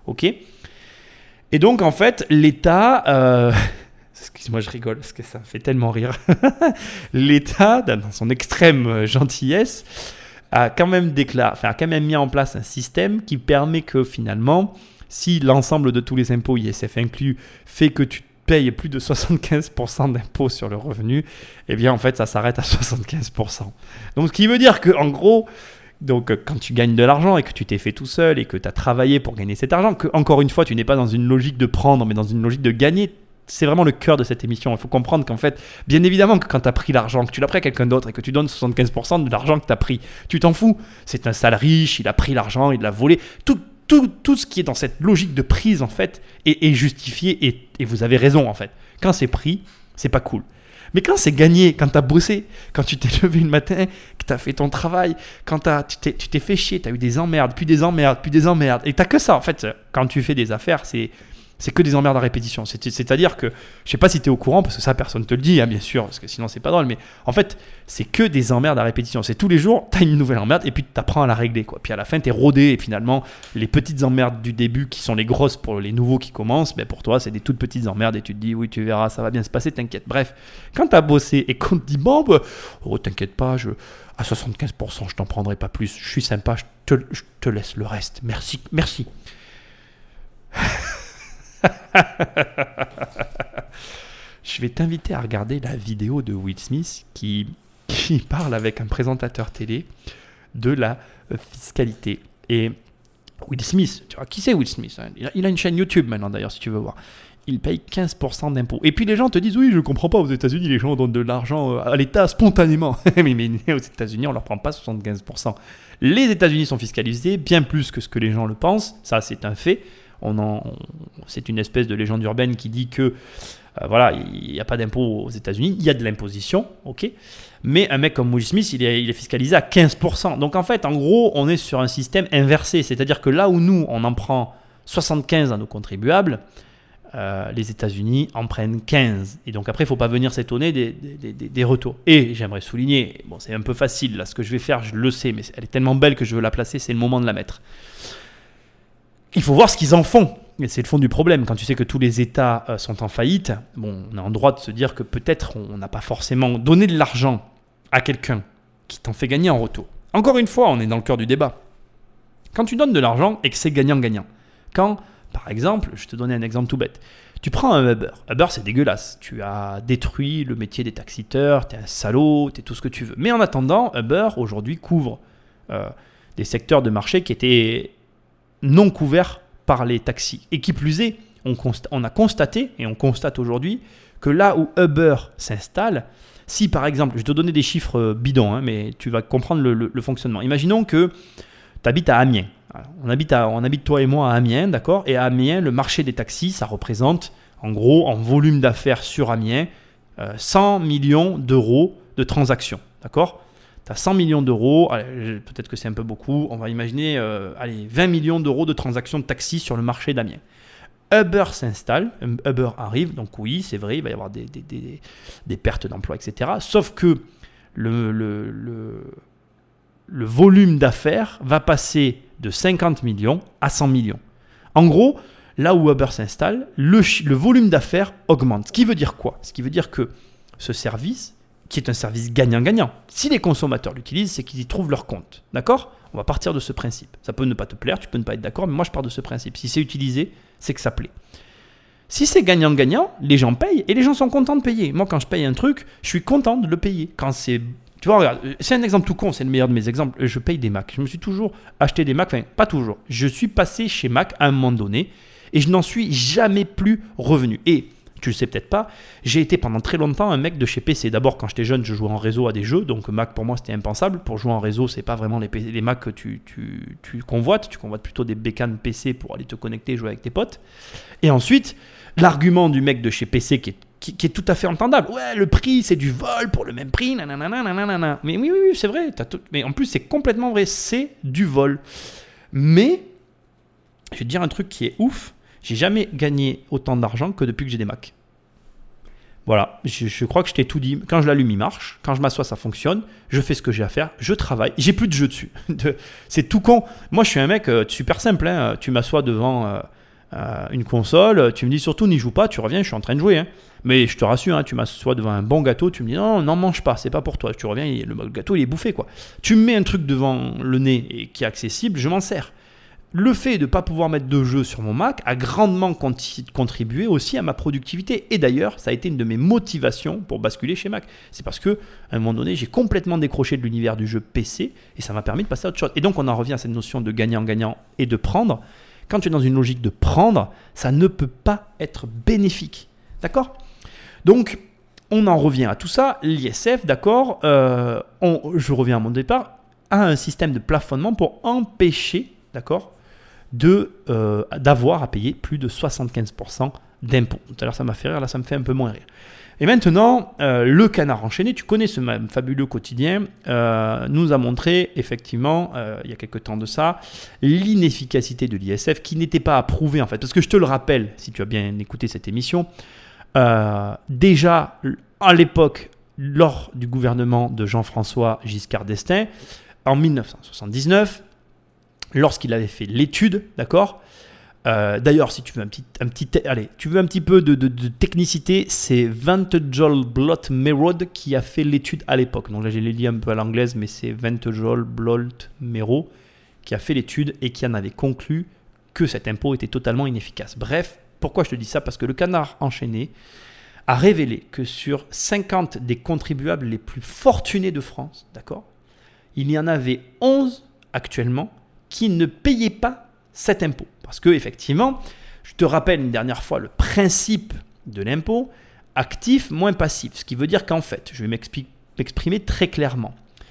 Et donc, en fait, l'État... Euh, excuse-moi, je rigole, parce que ça me fait tellement rire. L'État, dans son extrême gentillesse, a quand même déclaré, enfin, a quand même mis en place un système qui permet que finalement, si l'ensemble de tous les impôts, I S F inclus, fait que tu paye plus de soixante-quinze pour cent d'impôts sur le revenu, eh bien en fait ça s'arrête à soixante-quinze pour cent. Donc ce qui veut dire qu'en gros, donc, quand tu gagnes de l'argent et que tu t'es fait tout seul et que tu as travaillé pour gagner cet argent, que encore une fois tu n'es pas dans une logique de prendre mais dans une logique de gagner, c'est vraiment le cœur de cette émission. Il faut comprendre qu'en fait, bien évidemment que quand tu as pris l'argent, que tu l'as pris à quelqu'un d'autre et que tu donnes soixante-quinze pour cent de l'argent que tu as pris, tu t'en fous. C'est un sale riche, il a pris l'argent, il l'a volé, tout Tout, tout ce qui est dans cette logique de prise, en fait, est, est justifié et, et vous avez raison, en fait. Quand c'est pris, c'est pas cool. Mais quand c'est gagné, quand tu as bossé, quand tu t'es levé le matin, que tu as fait ton travail, quand t'as, tu, t'es, tu t'es fait chier, tu as eu des emmerdes, puis des emmerdes, puis des emmerdes, et tu n'as que ça, en fait. Quand tu fais des affaires, c'est... c'est que des emmerdes à répétition. C'est, c'est-à-dire que, je sais pas si tu es au courant, parce que ça, personne ne te le dit, hein, bien sûr, parce que sinon, c'est pas drôle, mais en fait, c'est que des emmerdes à répétition. C'est tous les jours, tu as une nouvelle emmerde, et puis tu apprends à la régler, quoi. Puis à la fin, tu es rodé, et finalement, les petites emmerdes du début, qui sont les grosses pour les nouveaux qui commencent, ben pour toi, c'est des toutes petites emmerdes, et tu te dis, oui, tu verras, ça va bien se passer, t'inquiète. Bref, quand tu as bossé, et qu'on te dit, bon, bah, oh, t'inquiète pas, je, à soixante-quinze pour cent, je t'en prendrai pas plus, je suis sympa, je te, je te laisse le reste. Merci, merci. Je vais t'inviter à regarder la vidéo de Will Smith qui, qui parle avec un présentateur télé de la fiscalité. Et Will Smith, tu vois, qui c'est Will Smith, hein, il, a, il a une chaîne YouTube maintenant d'ailleurs si tu veux voir. Il paye quinze pour cent d'impôts. Et puis les gens te disent, oui, je ne comprends pas, aux États-Unis, les gens donnent de l'argent à l'État spontanément. mais, mais aux États-Unis, on ne leur prend pas soixante-quinze pour cent. Les États-Unis sont fiscalisés bien plus que ce que les gens le pensent. Ça, c'est un fait. On en, on, c'est une espèce de légende urbaine qui dit que euh, voilà, il n'y a pas d'impôt aux États-Unis, il y a de l'imposition, ok, mais un mec comme Will Smith, il est, il est fiscalisé à quinze pour cent. Donc en fait, en gros, on est sur un système inversé, c'est-à-dire que là où nous, on en prend soixante-quinze à nos contribuables, euh, les États-Unis en prennent quinze. Et donc après, il ne faut pas venir s'étonner des, des, des, des retours. Et j'aimerais souligner, bon, c'est un peu facile, là, ce que je vais faire, je le sais, mais elle est tellement belle que je veux la placer, c'est le moment de la mettre. Il faut voir ce qu'ils en font. Et c'est le fond du problème. Quand tu sais que tous les États euh, sont en faillite, bon, on a en droit de se dire que peut-être on n'a pas forcément donné de l'argent à quelqu'un qui t'en fait gagner en retour. Encore une fois, on est dans le cœur du débat. Quand tu donnes de l'argent et que c'est gagnant-gagnant, quand, par exemple, je te donnais un exemple tout bête, tu prends un Uber. Uber, c'est dégueulasse. Tu as détruit le métier des taxiteurs, tu es un salaud, tu es tout ce que tu veux. Mais en attendant, Uber, aujourd'hui, couvre euh, des secteurs de marché qui étaient non couverts par les taxis. Et qui plus est, on, consta- on a constaté, et on constate aujourd'hui, que là où Uber s'installe, Si par exemple, je vais te donner des chiffres bidons, hein, mais tu vas comprendre le, le, le fonctionnement. Imaginons que tu habites à Amiens. Alors, on, habite à, on habite toi et moi à Amiens, d'accord ? Et à Amiens, le marché des taxis, ça représente en gros, en volume d'affaires sur Amiens, euh, cent millions d'euros de transactions, d'accord ? Tu as cent millions d'euros, allez, peut-être que c'est un peu beaucoup, on va imaginer euh, allez, vingt millions d'euros de transactions de taxis sur le marché d'Amiens. Uber s'installe, Uber arrive, donc oui, c'est vrai, il va y avoir des, des, des, des pertes d'emplois, et cetera. Sauf que le, le, le, le volume d'affaires va passer de cinquante millions à cent millions. En gros, là où Uber s'installe, le, le volume d'affaires augmente. Ce qui veut dire quoi ? Ce qui veut dire que ce service, qui est un service gagnant-gagnant, si les consommateurs l'utilisent, c'est qu'ils y trouvent leur compte. D'accord ? On va partir de ce principe. Ça peut ne pas te plaire, tu peux ne pas être d'accord, mais moi je pars de ce principe. Si c'est utilisé, c'est que ça plaît. Si c'est gagnant-gagnant, les gens payent et les gens sont contents de payer. Moi, quand je paye un truc, je suis content de le payer. Quand c'est, tu vois, regarde, c'est un exemple tout con, c'est le meilleur de mes exemples. Je paye des Mac. Je me suis toujours acheté des Mac, enfin pas toujours. Je suis passé chez Mac à un moment donné et je n'en suis jamais plus revenu. Et tu le sais peut-être pas, j'ai été pendant très longtemps un mec de chez P C. D'abord, quand j'étais jeune, je jouais en réseau à des jeux, donc Mac pour moi c'était impensable. Pour jouer en réseau, c'est pas vraiment les, P C, les Mac que tu, tu, tu convoites, tu convoites plutôt des bécanes P C pour aller te connecter et jouer avec tes potes. Et ensuite, l'argument du mec de chez P C qui est, qui, qui est tout à fait entendable. Ouais, le prix c'est du vol pour le même prix, nanana, nanana. Mais oui, oui, oui c'est vrai. T'as tout, mais en plus, c'est complètement vrai, c'est du vol. Mais, je vais te dire un truc qui est ouf. J'ai jamais gagné autant d'argent que depuis que j'ai des Macs. Voilà, je, je crois que je t'ai tout dit. Quand je l'allume, il marche. Quand je m'assois, ça fonctionne. Je fais ce que j'ai à faire. Je travaille. J'ai plus de jeu dessus. C'est tout con. Moi, je suis un mec euh, super simple. Hein. Tu m'assois devant euh, euh, une console. Tu me dis surtout, n'y joue pas. Tu reviens, je suis en train de jouer. Hein. Mais je te rassure, hein, tu m'assois devant un bon gâteau. Tu me dis, non, n'en mange pas. C'est pas pour toi. Tu reviens, il, le gâteau, il est bouffé, quoi. Tu me mets un truc devant le nez et qui est accessible. Je m'en sers. Le fait de ne pas pouvoir mettre de jeu sur mon Mac a grandement contribué aussi à ma productivité. Et d'ailleurs, ça a été une de mes motivations pour basculer chez Mac. C'est parce qu'à un moment donné, j'ai complètement décroché de l'univers du jeu P C et ça m'a permis de passer à autre chose. Et donc, on en revient à cette notion de gagnant-gagnant et de prendre. Quand tu es dans une logique de prendre, ça ne peut pas être bénéfique. D'accord ? Donc, on en revient à tout ça. L'I S F, d'accord, euh, on, je reviens à mon départ, a un système de plafonnement pour empêcher, d'accord, de, euh, d'avoir à payer plus de soixante-quinze pour cent d'impôts. Tout à l'heure, ça m'a fait rire, là, ça me fait un peu moins rire. Et maintenant, euh, le canard enchaîné, tu connais ce même fabuleux quotidien, euh, nous a montré, effectivement, euh, il y a quelques temps de ça, l'inefficacité de l'I S F qui n'était pas approuvée, en fait. Parce que je te le rappelle, si tu as bien écouté cette émission, euh, déjà, à l'époque, lors du gouvernement de Jean-François Giscard d'Estaing, en dix-neuf cent soixante-dix-neuf, lorsqu'il avait fait l'étude, d'accord. Euh, d'ailleurs, si tu veux un petit, un petit, allez, tu veux un petit peu de, de, de technicité, c'est Ventejol Blot Merod qui a fait l'étude à l'époque. Donc là, j'ai lu un peu à l'anglaise, mais c'est Ventejol Blot Merod qui a fait l'étude et qui en avait conclu que cet impôt était totalement inefficace. Bref, pourquoi je te dis ça ? Parce que le canard enchaîné a révélé que sur cinquante des contribuables les plus fortunés de France, d'accord, il y en avait onze actuellement qui ne payaient pas cet impôt. Parce que, effectivement, je te rappelle une dernière fois le principe de l'impôt, actif moins passif. Ce qui veut dire qu'en fait, je vais m'exprimer très clairement.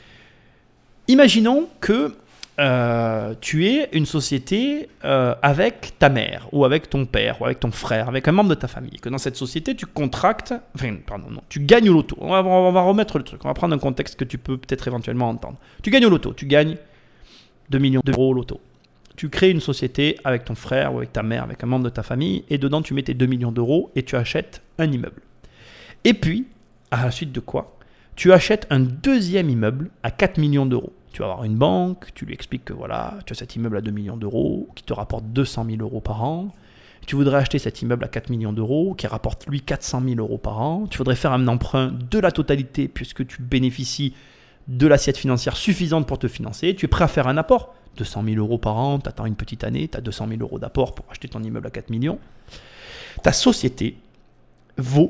Imaginons que euh, tu es une société euh, avec ta mère, ou avec ton père, ou avec ton frère, avec un membre de ta famille. Que dans cette société, tu contractes, enfin, pardon, non, tu gagnes au loto. On va, on va remettre le truc. On va prendre un contexte que tu peux peut-être éventuellement entendre. Tu gagnes au loto, tu gagnes deux millions d'euros au loto. Tu crées une société avec ton frère ou avec ta mère, avec un membre de ta famille, et dedans tu mets tes deux millions d'euros et tu achètes un immeuble. Et puis, à la suite de quoi, tu achètes un deuxième immeuble à quatre millions d'euros. Tu vas avoir une banque, tu lui expliques que voilà, tu as cet immeuble à deux millions d'euros qui te rapporte deux cent mille euros par an. Tu voudrais acheter cet immeuble à quatre millions d'euros qui rapporte lui quatre cent mille euros par an. Tu voudrais faire un emprunt de la totalité puisque tu bénéficies de l'assiette financière suffisante pour te financer, tu es prêt à faire un apport, deux cent mille euros par an, tu attends une petite année, tu as deux cent mille euros d'apport pour acheter ton immeuble à quatre millions. Ta société vaut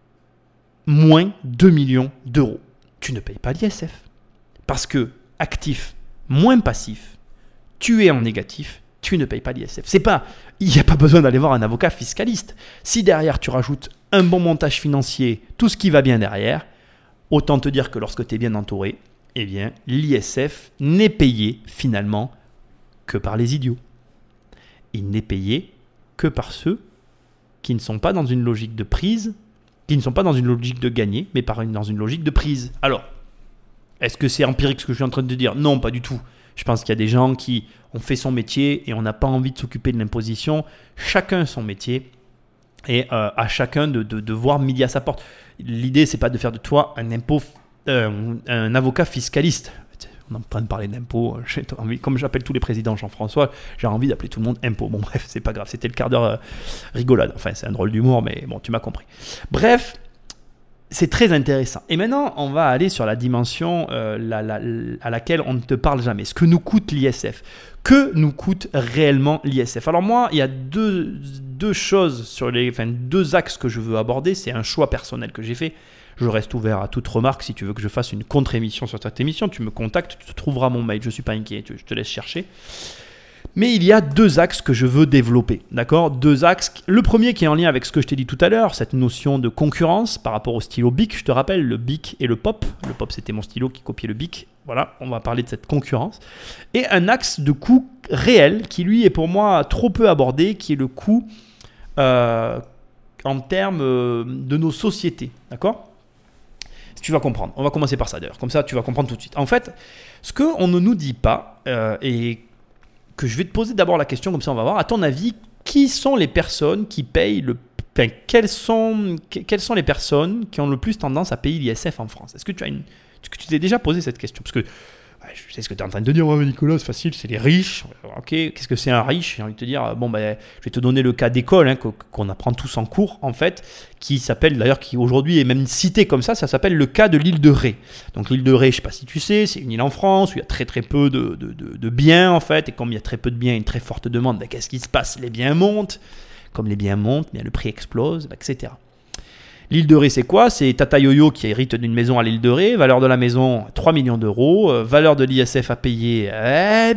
moins deux millions d'euros. Tu ne payes pas l'I S F. Parce que actif moins passif, tu es en négatif, tu ne payes pas l'I S F. C'est pas, il n'y a pas besoin d'aller voir un avocat fiscaliste. Si derrière tu rajoutes un bon montage financier, tout ce qui va bien derrière, Autant te dire que lorsque tu es bien entouré, eh bien, l'I S F n'est payé finalement que par les idiots. Il n'est payé que par ceux qui ne sont pas dans une logique de prise, qui ne sont pas dans une logique de gagner, mais par une, dans une logique de prise. Alors, est-ce que c'est empirique ce que je suis en train de te dire ? Non, pas du tout. Je pense qu'il y a des gens qui ont fait son métier et on n'a pas envie de s'occuper de l'imposition. Chacun son métier et euh, à chacun de, de, de voir midi à sa porte. L'idée, c'est pas de faire de toi un impôt, euh, un avocat fiscaliste. On est en train de parler d'impôts. Comme j'appelle tous les présidents Jean-François, j'ai envie d'appeler tout le monde impôt. Bon, bref, c'est pas grave. C'était le quart d'heure euh, rigolade. Enfin, c'est un drôle d'humour, mais bon, tu m'as compris. Bref, c'est très intéressant. Et maintenant, on va aller sur la dimension euh, la, la, à laquelle on ne te parle jamais. Ce que nous coûte l'I S F. Que nous coûte réellement l'I S F ? Alors moi, il y a deux, deux choses, sur les, enfin deux axes que je veux aborder. C'est un choix personnel que j'ai fait. Je reste ouvert à toute remarque. Si tu veux que je fasse une contre-émission sur cette émission, tu me contactes, tu trouveras mon mail. Je ne suis pas inquiet, je te laisse chercher. Mais il y a deux axes que je veux développer, d'accord ? Deux axes. Le premier qui est en lien avec ce que je t'ai dit tout à l'heure, cette notion de concurrence par rapport au stylo Bic. Je te rappelle, le Bic et le Pop. Le Pop, c'était mon stylo qui copiait le Bic. Voilà, on va parler de cette concurrence. Et un axe de coût réel qui, lui, est pour moi trop peu abordé, qui est le coût euh, en termes euh, de nos sociétés, d'accord ? Tu vas comprendre. On va commencer par ça d'ailleurs. Comme ça, tu vas comprendre tout de suite. En fait, ce qu'on ne nous dit pas, euh, et que je vais te poser d'abord la question, comme ça on va voir, à ton avis, qui sont les personnes qui payent le... Enfin, quelles sont, quelles sont les personnes qui ont le plus tendance à payer l'I S F en France ? Est-ce que tu as une... Est-ce que tu t'es déjà posé cette question ? Parce que ouais, je sais ce que tu es en train de dire, ouais, Nicolas, c'est facile, c'est les riches. Ok, qu'est-ce que c'est un riche ? J'ai envie de te dire, bon, ben, je vais te donner le cas d'école hein, qu'on apprend tous en cours, en fait, qui s'appelle, d'ailleurs, qui aujourd'hui est même cité comme ça, ça s'appelle le cas de l'île de Ré. Donc l'île de Ré, je ne sais pas si tu sais, c'est une île en France où il y a très très peu de, de, de, de biens, en fait, et comme il y a très peu de biens et une très forte demande, ben, qu'est-ce qui se passe ? Les biens montent. Comme les biens montent, bien, le prix explose, ben, et cetera. L'île de Ré, c'est quoi ? C'est Tata Yo-Yo qui hérite d'une maison à l'île de Ré. Valeur de la maison, trois millions d'euros. Euh, valeur de l'I S F à payer, eh,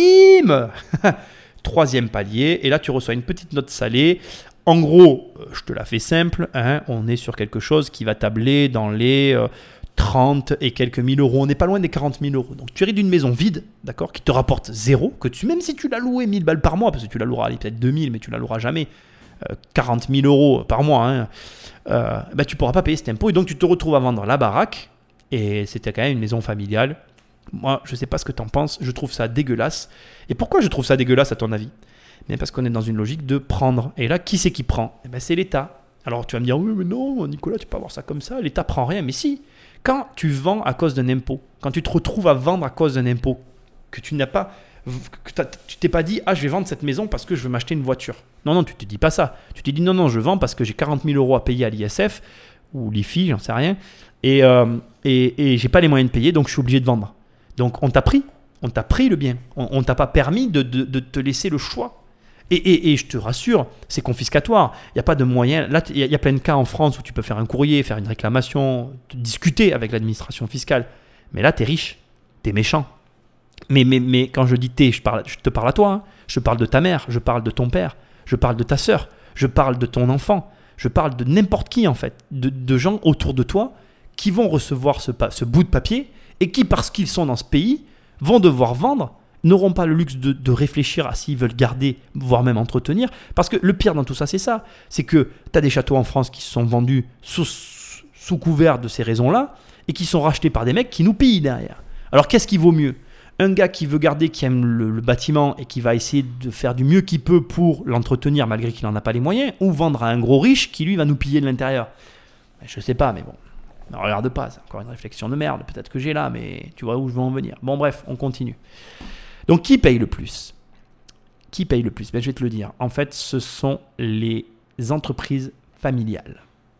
bim Troisième palier. Et là, tu reçois une petite note salée. En gros, euh, je te la fais simple. Hein, on est sur quelque chose qui va tabler dans les euh, trente et quelques mille euros. On n'est pas loin des quarante mille euros. Donc, tu hérites d'une maison vide, d'accord, qui te rapporte zéro. Que tu, même si tu l'as loué mille balles par mois, parce que tu la loueras peut-être deux mille, mais tu la loueras jamais. Euh, quarante mille euros par mois, hein, euh, bah, tu ne pourras pas payer cet impôt et donc tu te retrouves à vendre la baraque et c'était quand même une maison familiale. Moi, je ne sais pas ce que tu en penses, je trouve ça dégueulasse. Et pourquoi je trouve ça dégueulasse à ton avis ? Mais parce qu'on est dans une logique de prendre. Et là, qui c'est qui prend ? Eh ben, c'est l'État. Alors tu vas me dire, oui mais non Nicolas, tu peux pas voir ça comme ça, l'État prend rien. Mais si, quand tu vends à cause d'un impôt, quand tu te retrouves à vendre à cause d'un impôt, que tu n'as pas... que tu t'es pas dit ah je vais vendre cette maison parce que je veux m'acheter une voiture. Non non, tu te dis pas ça. Tu te dis non non, je vends parce que j'ai quarante mille euros à payer à l'I S F ou l'I F I, j'en sais rien, et euh, et et j'ai pas les moyens de payer, donc je suis obligé de vendre. Donc on t'a pris, on t'a pris le bien, on, on t'a pas permis de, de de te laisser le choix. Et, et, et je te rassure, c'est confiscatoire. Il n'y a pas de moyen. Là, il y, y a plein de cas en France où tu peux faire un courrier, faire une réclamation, discuter avec l'administration fiscale. Mais là, tu es riche, tu es méchant. Mais, mais, mais quand je dis t'es, je, parle, je te parle à toi. Hein. Je parle de ta mère, je parle de ton père, je parle de ta sœur, je parle de ton enfant, je parle de n'importe qui en fait, de, de gens autour de toi qui vont recevoir ce, ce bout de papier et qui, parce qu'ils sont dans ce pays, vont devoir vendre, n'auront pas le luxe de, de réfléchir à s'ils veulent garder, voire même entretenir. Parce que le pire dans tout ça, c'est ça. C'est que tu as des châteaux en France qui se sont vendus sous, sous couvert de ces raisons-là et qui sont rachetés par des mecs qui nous pillent derrière. Alors qu'est-ce qui vaut mieux ? Un gars qui veut garder, qui aime le, le bâtiment et qui va essayer de faire du mieux qu'il peut pour l'entretenir malgré qu'il n'en a pas les moyens, ou vendre à un gros riche qui lui va nous piller de l'intérieur. Je sais pas, mais bon, ne regarde pas, c'est encore une réflexion de merde, peut-être que j'ai là, mais tu vois où je veux en venir. Bon bref, on continue. Donc qui paye le plus ? Qui paye le plus ? Ben, je vais te le dire. En fait, ce sont les entreprises familiales.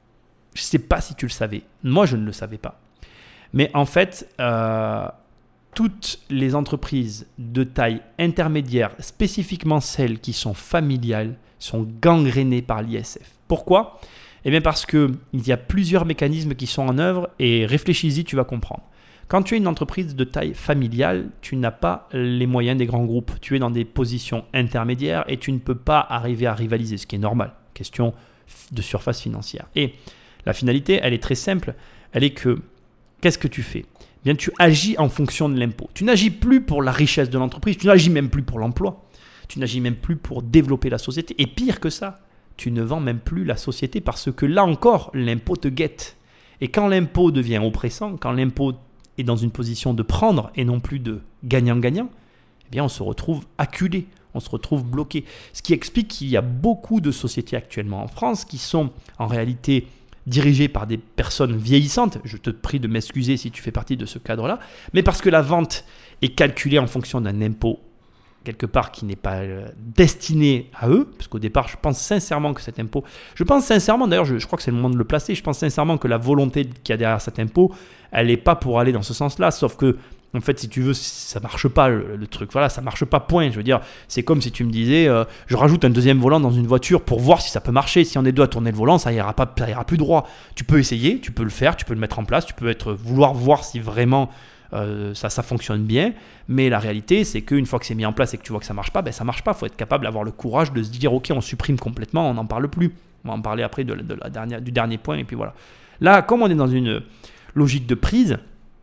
Je ne sais pas si tu le savais. Moi, je ne le savais pas. Mais en fait... Euh, toutes les entreprises de taille intermédiaire, spécifiquement celles qui sont familiales, sont gangrénées par l'I S F. Pourquoi ? Eh bien parce qu'il y a plusieurs mécanismes qui sont en œuvre et réfléchis-y, tu vas comprendre. Quand tu es une entreprise de taille familiale, tu n'as pas les moyens des grands groupes. Tu es dans des positions intermédiaires et tu ne peux pas arriver à rivaliser, ce qui est normal. Question de surface financière. Et la finalité, elle est très simple. Elle est que qu'est-ce que tu fais ? Eh bien, tu agis en fonction de l'impôt. Tu n'agis plus pour la richesse de l'entreprise, tu n'agis même plus pour l'emploi, tu n'agis même plus pour développer la société. Et pire que ça, tu ne vends même plus la société parce que là encore, l'impôt te guette. Et quand l'impôt devient oppressant, quand l'impôt est dans une position de prendre et non plus de gagnant-gagnant, eh bien, on se retrouve acculé, on se retrouve bloqué. Ce qui explique qu'il y a beaucoup de sociétés actuellement en France qui sont en réalité dirigées par des personnes vieillissantes. Je te prie de m'excuser si tu fais partie de ce cadre-là, mais parce que la vente est calculée en fonction d'un impôt quelque part qui n'est pas euh, destiné à eux, parce qu'au départ, je pense sincèrement que cet impôt, je pense sincèrement, d'ailleurs, je, je crois que c'est le moment de le placer, je pense sincèrement que la volonté qu'il y a derrière cet impôt, elle n'est pas pour aller dans ce sens-là, sauf que, en fait, si tu veux, ça ne marche pas le, le truc, voilà, ça ne marche pas, point. Je veux dire, c'est comme si tu me disais, euh, je rajoute un deuxième volant dans une voiture pour voir si ça peut marcher, si on est deux à tourner le volant, ça ira pas, ça ira plus droit. Tu peux essayer, tu peux le faire, tu peux le mettre en place, tu peux être, vouloir voir si vraiment Euh, ça, ça fonctionne bien, mais la réalité c'est qu'une fois que c'est mis en place et que tu vois que ça marche pas, ben ça marche pas. Il faut être capable d'avoir le courage de se dire ok, on supprime complètement, on n'en parle plus. On va en parler après de, de la dernière, du dernier point et puis voilà. Là, comme on est dans une logique de prise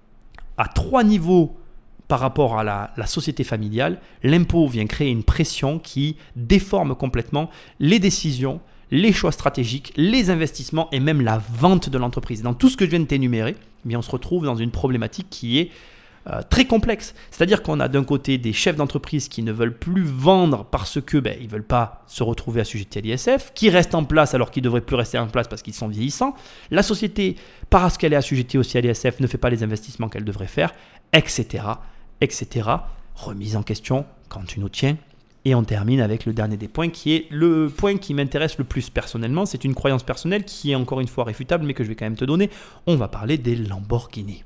à trois niveaux par rapport à la, la société familiale, l'impôt vient créer une pression qui déforme complètement les décisions, les choix stratégiques, les investissements et même la vente de l'entreprise. Dans tout ce que je viens de t'énumérer, eh bien, on se retrouve dans une problématique qui est euh, très complexe. C'est-à-dire qu'on a d'un côté des chefs d'entreprise qui ne veulent plus vendre parce que ben, ils ne veulent pas se retrouver assujettis à l'I S F, qui restent en place alors qu'ils ne devraient plus rester en place parce qu'ils sont vieillissants. La société, parce qu'elle est assujettie aussi à l'I S F, ne fait pas les investissements qu'elle devrait faire, et cetera, et cetera. Remise en question quand tu nous tiens. Et on termine avec le dernier des points qui est le point qui m'intéresse le plus personnellement. C'est une croyance personnelle qui est encore une fois réfutable mais que je vais quand même te donner. On va parler des Lamborghini.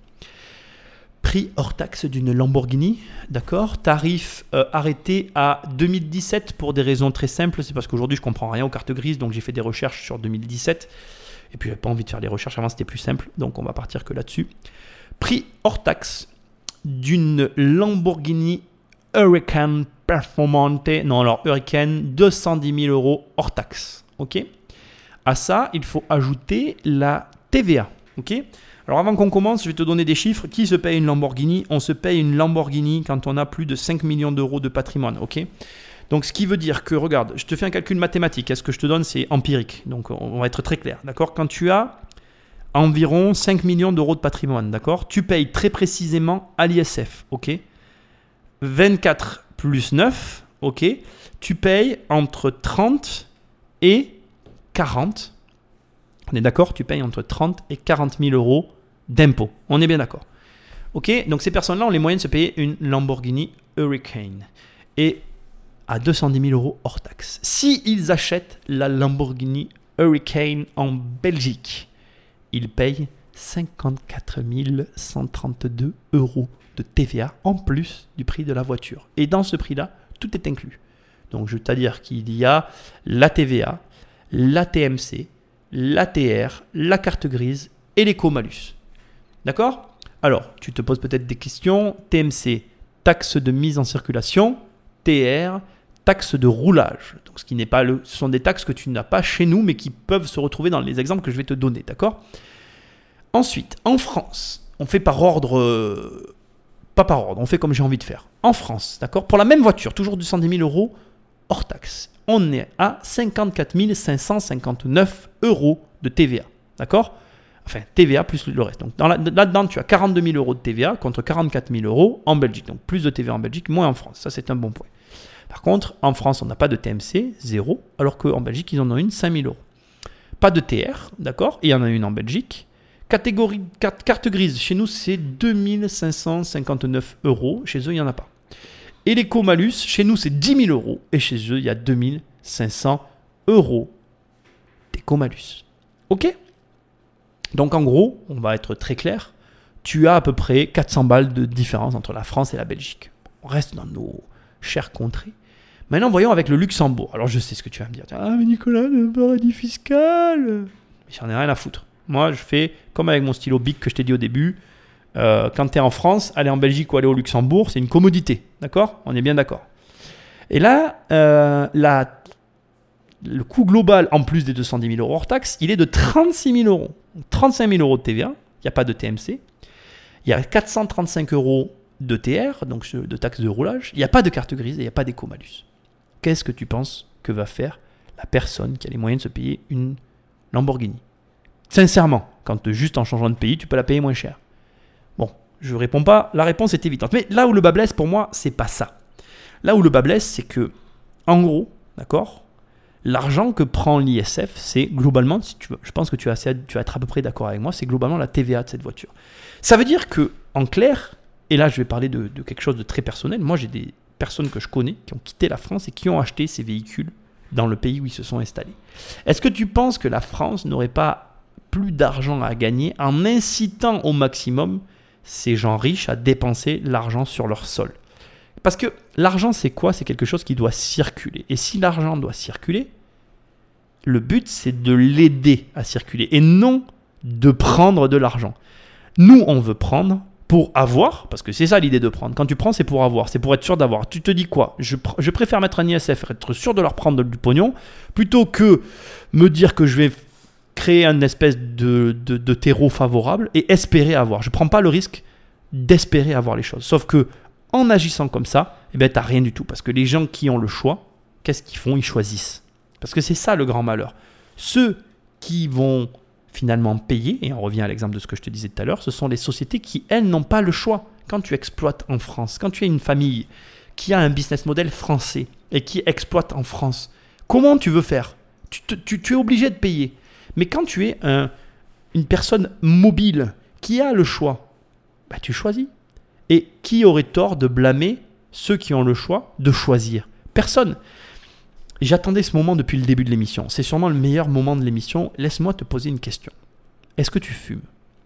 Prix hors taxe d'une Lamborghini, d'accord ? Tarif euh, arrêté à deux mille dix-sept pour des raisons très simples. C'est parce qu'aujourd'hui je ne comprends rien aux cartes grises, donc j'ai fait des recherches sur deux mille dix-sept. Et puis j'avais pas envie de faire des recherches avant, c'était plus simple. Donc on va partir que là-dessus. Prix hors taxe d'une Lamborghini Hurricane Performante, non alors Hurricane, deux cent dix mille euros hors taxe, ok ? À ça, il faut ajouter la T V A, ok ? Alors avant qu'on commence, je vais te donner des chiffres. Qui se paye une Lamborghini ? On se paye une Lamborghini quand on a plus de cinq millions d'euros de patrimoine, ok ? Donc ce qui veut dire que, regarde, je te fais un calcul mathématique, ce que je te donne c'est empirique, donc on va être très clair, d'accord ? Quand tu as environ cinq millions d'euros de patrimoine, d'accord ? Tu payes très précisément à l'I S F, ok ? vingt-quatre plus neuf, ok, tu payes entre trente et quarante. On est d'accord, tu payes entre trente et quarante mille euros d'impôts. On est bien d'accord. Ok, donc ces personnes-là ont les moyens de se payer une Lamborghini Hurricane. Et à deux cent dix mille euros hors taxe. Si ils achètent la Lamborghini Hurricane en Belgique, ils payent cinquante-quatre mille cent trente-deux euros de T V A en plus du prix de la voiture. Et dans ce prix-là, tout est inclus. Donc, je veux dire qu'il y a la T V A, la T M C, l'A T R, la carte grise et l'éco-malus. D'accord ? Alors, tu te poses peut-être des questions. T M C, taxe de mise en circulation. T R, taxe de roulage. Donc, ce qui n'est pas le, ce sont des taxes que tu n'as pas chez nous, mais qui peuvent se retrouver dans les exemples que je vais te donner. D'accord ? Ensuite, en France, on fait par ordre... Euh, Pas par ordre, on fait comme j'ai envie de faire. En France, d'accord ? Pour la même voiture, toujours deux cent dix mille euros hors taxe, on est à cinquante-quatre mille cinq cent cinquante-neuf euros de T V A. D'accord ? Enfin, T V A plus le reste. Donc, dans la, là-dedans, tu as quarante-deux mille euros de T V A contre quarante-quatre mille euros en Belgique. Donc, plus de T V A en Belgique, moins en France. Ça, c'est un bon point. Par contre, en France, on n'a pas de T M C, zéro, alors qu'en Belgique, ils en ont une, cinq mille euros. Pas de T R, d'accord ? Il y en a une en Belgique. Catégorie carte, carte grise, chez nous c'est deux mille cinq cent cinquante-neuf euros, chez eux il n'y en a pas. Et l'éco-malus, chez nous c'est dix mille euros et chez eux il y a deux mille cinq cents euros d'éco-malus. Ok ? Donc en gros, on va être très clair, tu as à peu près quatre cents balles de différence entre la France et la Belgique. On reste dans nos chères contrées. Maintenant voyons avec le Luxembourg. Alors je sais ce que tu vas me dire. Ah mais Nicolas, le paradis fiscal. Mais j'en ai rien à foutre. Moi, je fais comme avec mon stylo Bic que je t'ai dit au début. Euh, quand tu es en France, aller en Belgique ou aller au Luxembourg, c'est une commodité. D'accord ? On est bien d'accord. Et là, euh, la, le coût global, en plus des deux cent dix mille euros hors taxe, il est de trente-six mille euros. trente-cinq mille euros de T V A. Il n'y a pas de T M C. il y a quatre cent trente-cinq euros de T R, donc de taxe de roulage, il n'y a pas de carte grise et il n'y a pas d'éco-malus. Qu'est-ce que tu penses que va faire la personne qui a les moyens de se payer une Lamborghini? Sincèrement, quand juste en changeant de pays, tu peux la payer moins cher. Bon, je ne réponds pas, la réponse est évidente. Mais là où le bas blesse, pour moi, c'est pas ça. Là où le bas blesse, c'est que, en gros, d'accord, l'argent que prend l'I S F, c'est globalement, si tu veux, je pense que tu vas, assez, tu vas être à peu près d'accord avec moi, c'est globalement la T V A de cette voiture. Ça veut dire que, en clair, et là je vais parler de, de quelque chose de très personnel, moi j'ai des personnes que je connais qui ont quitté la France et qui ont acheté ces véhicules dans le pays où ils se sont installés. Est-ce que tu penses que la France n'aurait pas plus d'argent à gagner en incitant au maximum ces gens riches à dépenser l'argent sur leur sol? Parce que l'argent, c'est quoi? C'est quelque chose qui doit circuler. Et si l'argent doit circuler, le but, c'est de l'aider à circuler et non de prendre de l'argent. Nous, on veut prendre pour avoir, parce que c'est ça l'idée de prendre. Quand tu prends, c'est pour avoir, c'est pour être sûr d'avoir. Tu te dis quoi? je, pr- je préfère mettre un I S F, être sûr de leur prendre du pognon, plutôt que me dire que je vais créer une espèce de, de, de terreau favorable et espérer avoir. Je ne prends pas le risque d'espérer avoir les choses. Sauf que en agissant comme ça, eh ben, tu n'as rien du tout. Parce que les gens qui ont le choix, qu'est-ce qu'ils font? Ils choisissent. Parce que c'est ça le grand malheur. Ceux qui vont finalement payer, et on revient à l'exemple de ce que je te disais tout à l'heure, ce sont les sociétés qui, elles, n'ont pas le choix. Quand tu exploites en France, quand tu es une famille qui a un business model français et qui exploite en France, comment tu veux faire? tu, te, tu, tu es obligé de payer. Mais quand tu es un, une personne mobile qui a le choix, bah, tu choisis. Et qui aurait tort de blâmer ceux qui ont le choix de choisir? Personne. J'attendais ce moment depuis le début de l'émission. C'est sûrement le meilleur moment de l'émission. Laisse-moi te poser une question. Est-ce que tu fumes?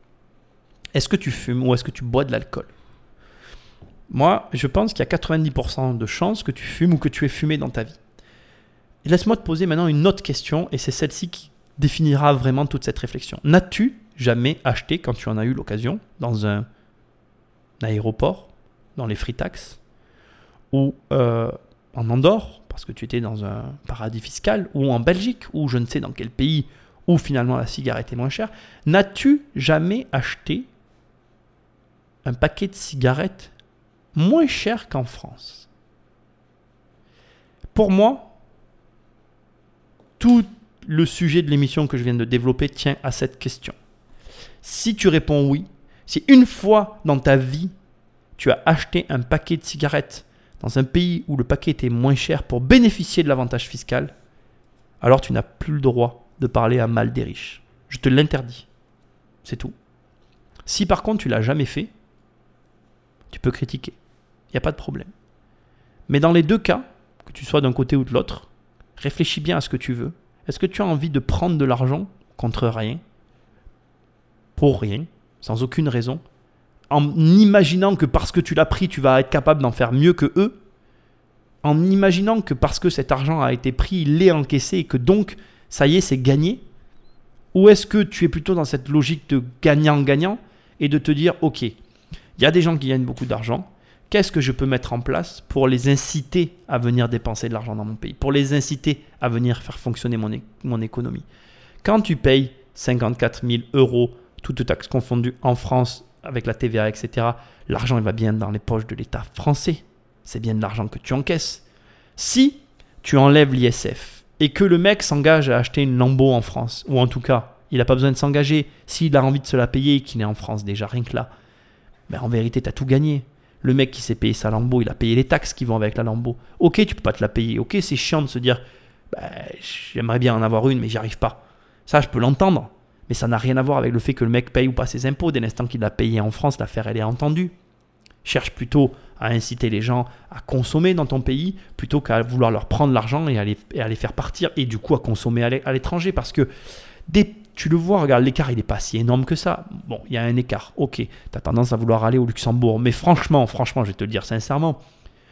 Est-ce que tu fumes ou est-ce que tu bois de l'alcool? Moi, je pense qu'il y a quatre-vingt-dix pour cent de chances que tu fumes ou que tu aies fumé dans ta vie. Et laisse-moi te poser maintenant une autre question, et c'est celle-ci qui définira vraiment toute cette réflexion. N'as-tu jamais acheté, quand tu en as eu l'occasion, dans un aéroport, dans les free tax, ou euh, en Andorre, parce que tu étais dans un paradis fiscal, ou en Belgique, ou je ne sais dans quel pays, où finalement la cigarette est moins chère, n'as-tu jamais acheté un paquet de cigarettes moins cher qu'en France? Pour moi, tout le sujet de l'émission que je viens de développer tient à cette question. Si tu réponds oui, si une fois dans ta vie, tu as acheté un paquet de cigarettes dans un pays où le paquet était moins cher pour bénéficier de l'avantage fiscal, alors tu n'as plus le droit de parler à mal des riches. Je te l'interdis. C'est tout. Si par contre tu ne l'as jamais fait, tu peux critiquer. Il n'y a pas de problème. Mais dans les deux cas, que tu sois d'un côté ou de l'autre, réfléchis bien à ce que tu veux. Est-ce que tu as envie de prendre de l'argent contre rien, pour rien, sans aucune raison, en imaginant que parce que tu l'as pris, tu vas être capable d'en faire mieux que eux, en imaginant que parce que cet argent a été pris, il l'est encaissé et que donc, ça y est, c'est gagné? Ou est-ce que tu es plutôt dans cette logique de gagnant-gagnant et de te dire, ok, il y a des gens qui gagnent beaucoup d'argent, qu'est-ce que je peux mettre en place pour les inciter à venir dépenser de l'argent dans mon pays, pour les inciter à venir faire fonctionner mon, é- mon économie? Quand tu payes cinquante-quatre mille euros, toutes taxes confondues en France, avec la T V A, et cetera, l'argent il va bien dans les poches de l'État français. C'est bien de l'argent que tu encaisses. Si tu enlèves l'I S F et que le mec s'engage à acheter une Lambo en France, ou en tout cas, il n'a pas besoin de s'engager, s'il a envie de se la payer et qu'il est en France déjà, rien que là, ben en vérité, tu as tout gagné. Le mec qui s'est payé sa Lambo, il a payé les taxes qui vont avec la Lambo. Ok, tu ne peux pas te la payer. Ok, c'est chiant de se dire, ben, j'aimerais bien en avoir une, mais j'y arrive pas. Ça, je peux l'entendre. Mais ça n'a rien à voir avec le fait que le mec paye ou pas ses impôts. Dès l'instant qu'il l'a payé en France, l'affaire, elle est entendue. Cherche plutôt à inciter les gens à consommer dans ton pays plutôt qu'à vouloir leur prendre l'argent et à les, et à les faire partir et du coup à consommer à l'étranger. Parce que dès, tu le vois, regarde, l'écart, il n'est pas si énorme que ça. Bon, il y a un écart. Ok, tu as tendance à vouloir aller au Luxembourg. Mais franchement, franchement, je vais te le dire sincèrement,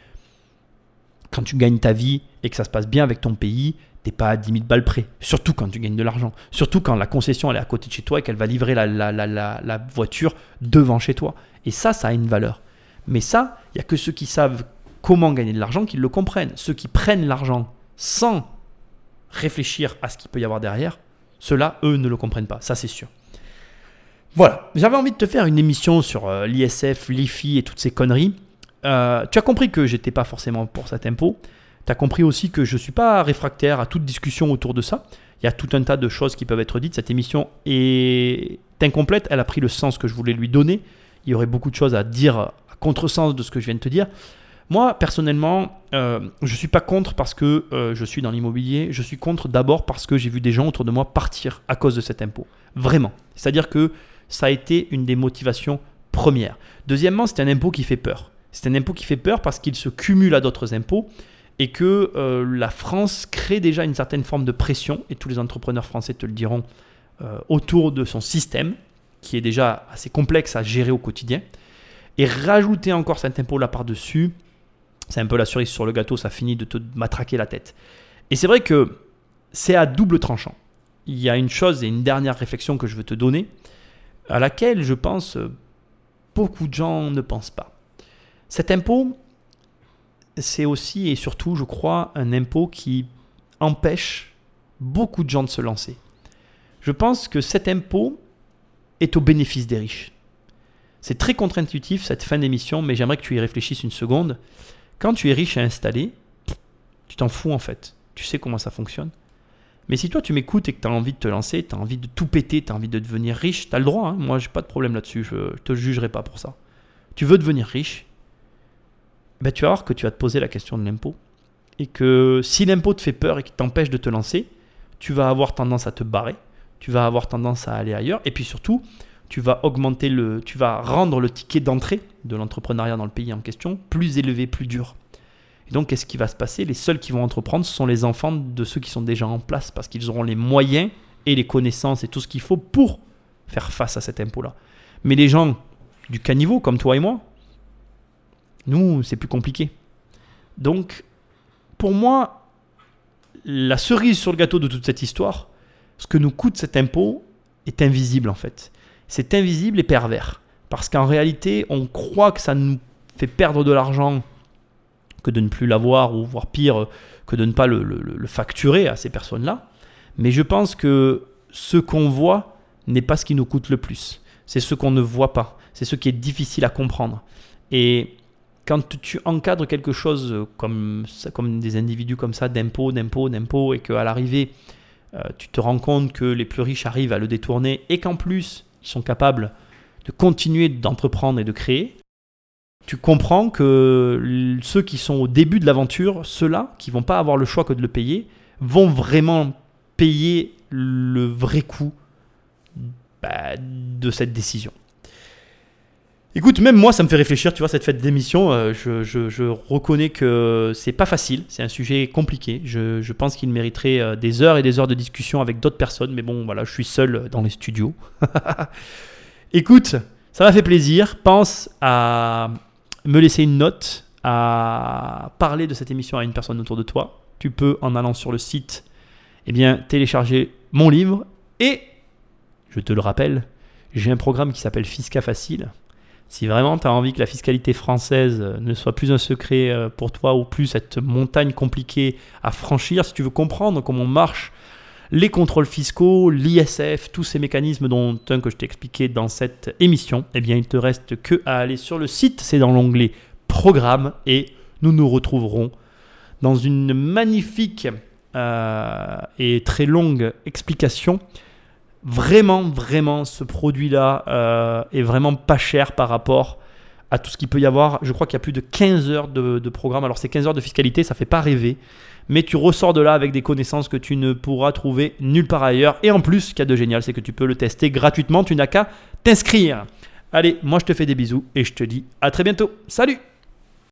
quand tu gagnes ta vie et que ça se passe bien avec ton pays, t'es pas à dix mille balles près, surtout quand tu gagnes de l'argent, surtout quand la concession elle est à côté de chez toi et qu'elle va livrer la, la, la, la, la voiture devant chez toi. Et ça, ça a une valeur. Mais ça, il n'y a que ceux qui savent comment gagner de l'argent qui le comprennent. Ceux qui prennent l'argent sans réfléchir à ce qu'il peut y avoir derrière, ceux-là, eux, ne le comprennent pas. Ça, c'est sûr. Voilà, j'avais envie de te faire une émission sur euh, l'I S F, l'I F I et toutes ces conneries. Euh, tu as compris que j'étais pas forcément pour cet impôt. Tu as compris aussi que je ne suis pas réfractaire à toute discussion autour de ça. Il y a tout un tas de choses qui peuvent être dites. Cette émission est incomplète. Elle a pris le sens que je voulais lui donner. Il y aurait beaucoup de choses à dire à contresens de ce que je viens de te dire. Moi, personnellement, euh, je ne suis pas contre parce que euh, je suis dans l'immobilier. Je suis contre d'abord parce que j'ai vu des gens autour de moi partir à cause de cet impôt. Vraiment. C'est-à-dire que ça a été une des motivations premières. Deuxièmement, c'est un impôt qui fait peur. C'est un impôt qui fait peur parce qu'il se cumule à d'autres impôts et que euh, la France crée déjà une certaine forme de pression, et tous les entrepreneurs français te le diront, euh, autour de son système, qui est déjà assez complexe à gérer au quotidien. Et rajouter encore cet impôt-là par-dessus, c'est un peu la cerise sur le gâteau, ça finit de te matraquer la tête. Et c'est vrai que c'est à double tranchant. Il y a une chose et une dernière réflexion que je veux te donner, à laquelle je pense beaucoup de gens ne pensent pas. Cet impôt, c'est aussi et surtout, je crois, un impôt qui empêche beaucoup de gens de se lancer. Je pense que cet impôt est au bénéfice des riches. C'est très contre-intuitif cette fin d'émission, mais j'aimerais que tu y réfléchisses une seconde. Quand tu es riche et installé, tu t'en fous en fait. Tu sais comment ça fonctionne. Mais si toi tu m'écoutes et que tu as envie de te lancer, tu as envie de tout péter, tu as envie de devenir riche, tu as le droit. Hein. Moi, je n'ai pas de problème là-dessus. Je ne te jugerai pas pour ça. Tu veux devenir riche, ben, tu vas voir que tu vas te poser la question de l'impôt. Et que si l'impôt te fait peur et qu'il t'empêche de te lancer, tu vas avoir tendance à te barrer. Tu vas avoir tendance à aller ailleurs. Et puis surtout, tu vas augmenter le, tu vas rendre le ticket d'entrée de l'entrepreneuriat dans le pays en question plus élevé, plus dur. Et donc, qu'est-ce qui va se passer ? Les seuls qui vont entreprendre, ce sont les enfants de ceux qui sont déjà en place parce qu'ils auront les moyens et les connaissances et tout ce qu'il faut pour faire face à cet impôt-là. Mais les gens du caniveau, comme toi et moi, nous, c'est plus compliqué. Donc, pour moi, la cerise sur le gâteau de toute cette histoire, ce que nous coûte cet impôt est invisible en fait. C'est invisible et pervers. Parce qu'en réalité, on croit que ça nous fait perdre de l'argent que de ne plus l'avoir, ou voire pire, que de ne pas le, le, le facturer à ces personnes-là. Mais je pense que ce qu'on voit n'est pas ce qui nous coûte le plus. C'est ce qu'on ne voit pas. C'est ce qui est difficile à comprendre. Et quand tu encadres quelque chose comme, comme des individus comme ça, d'impôts, d'impôts, d'impôts, et qu'à l'arrivée, euh, tu te rends compte que les plus riches arrivent à le détourner et qu'en plus, ils sont capables de continuer d'entreprendre et de créer, tu comprends que ceux qui sont au début de l'aventure, ceux-là, qui ne vont pas avoir le choix que de le payer, vont vraiment payer le vrai coût bah, de cette décision. Écoute, même moi, ça me fait réfléchir, tu vois, cette fête d'émission, euh, je, je, je reconnais que c'est pas facile, c'est un sujet compliqué. Je, je pense qu'il mériterait euh, des heures et des heures de discussion avec d'autres personnes, mais bon, voilà, je suis seul dans les studios. Écoute, ça m'a fait plaisir. Pense à me laisser une note, à parler de cette émission à une personne autour de toi. Tu peux, en allant sur le site, eh bien, télécharger mon livre. Et, je te le rappelle, j'ai un programme qui s'appelle Fisca Facile. Si vraiment tu as envie que la fiscalité française ne soit plus un secret pour toi ou plus cette montagne compliquée à franchir, si tu veux comprendre comment marchent les contrôles fiscaux, l'I S F, tous ces mécanismes dont un que je t'ai expliqué dans cette émission, eh bien il ne te reste que à aller sur le site, c'est dans l'onglet Programme et nous nous retrouverons dans une magnifique euh, et très longue explication. Vraiment, vraiment, ce produit-là euh, est vraiment pas cher par rapport à tout ce qu'il peut y avoir. Je crois qu'il y a plus de quinze heures de, de programme. Alors, ces quinze heures de fiscalité, ça ne fait pas rêver. Mais tu ressors de là avec des connaissances que tu ne pourras trouver nulle part ailleurs. Et en plus, ce qu'il y a de génial, c'est que tu peux le tester gratuitement. Tu n'as qu'à t'inscrire. Allez, moi, je te fais des bisous et je te dis à très bientôt. Salut!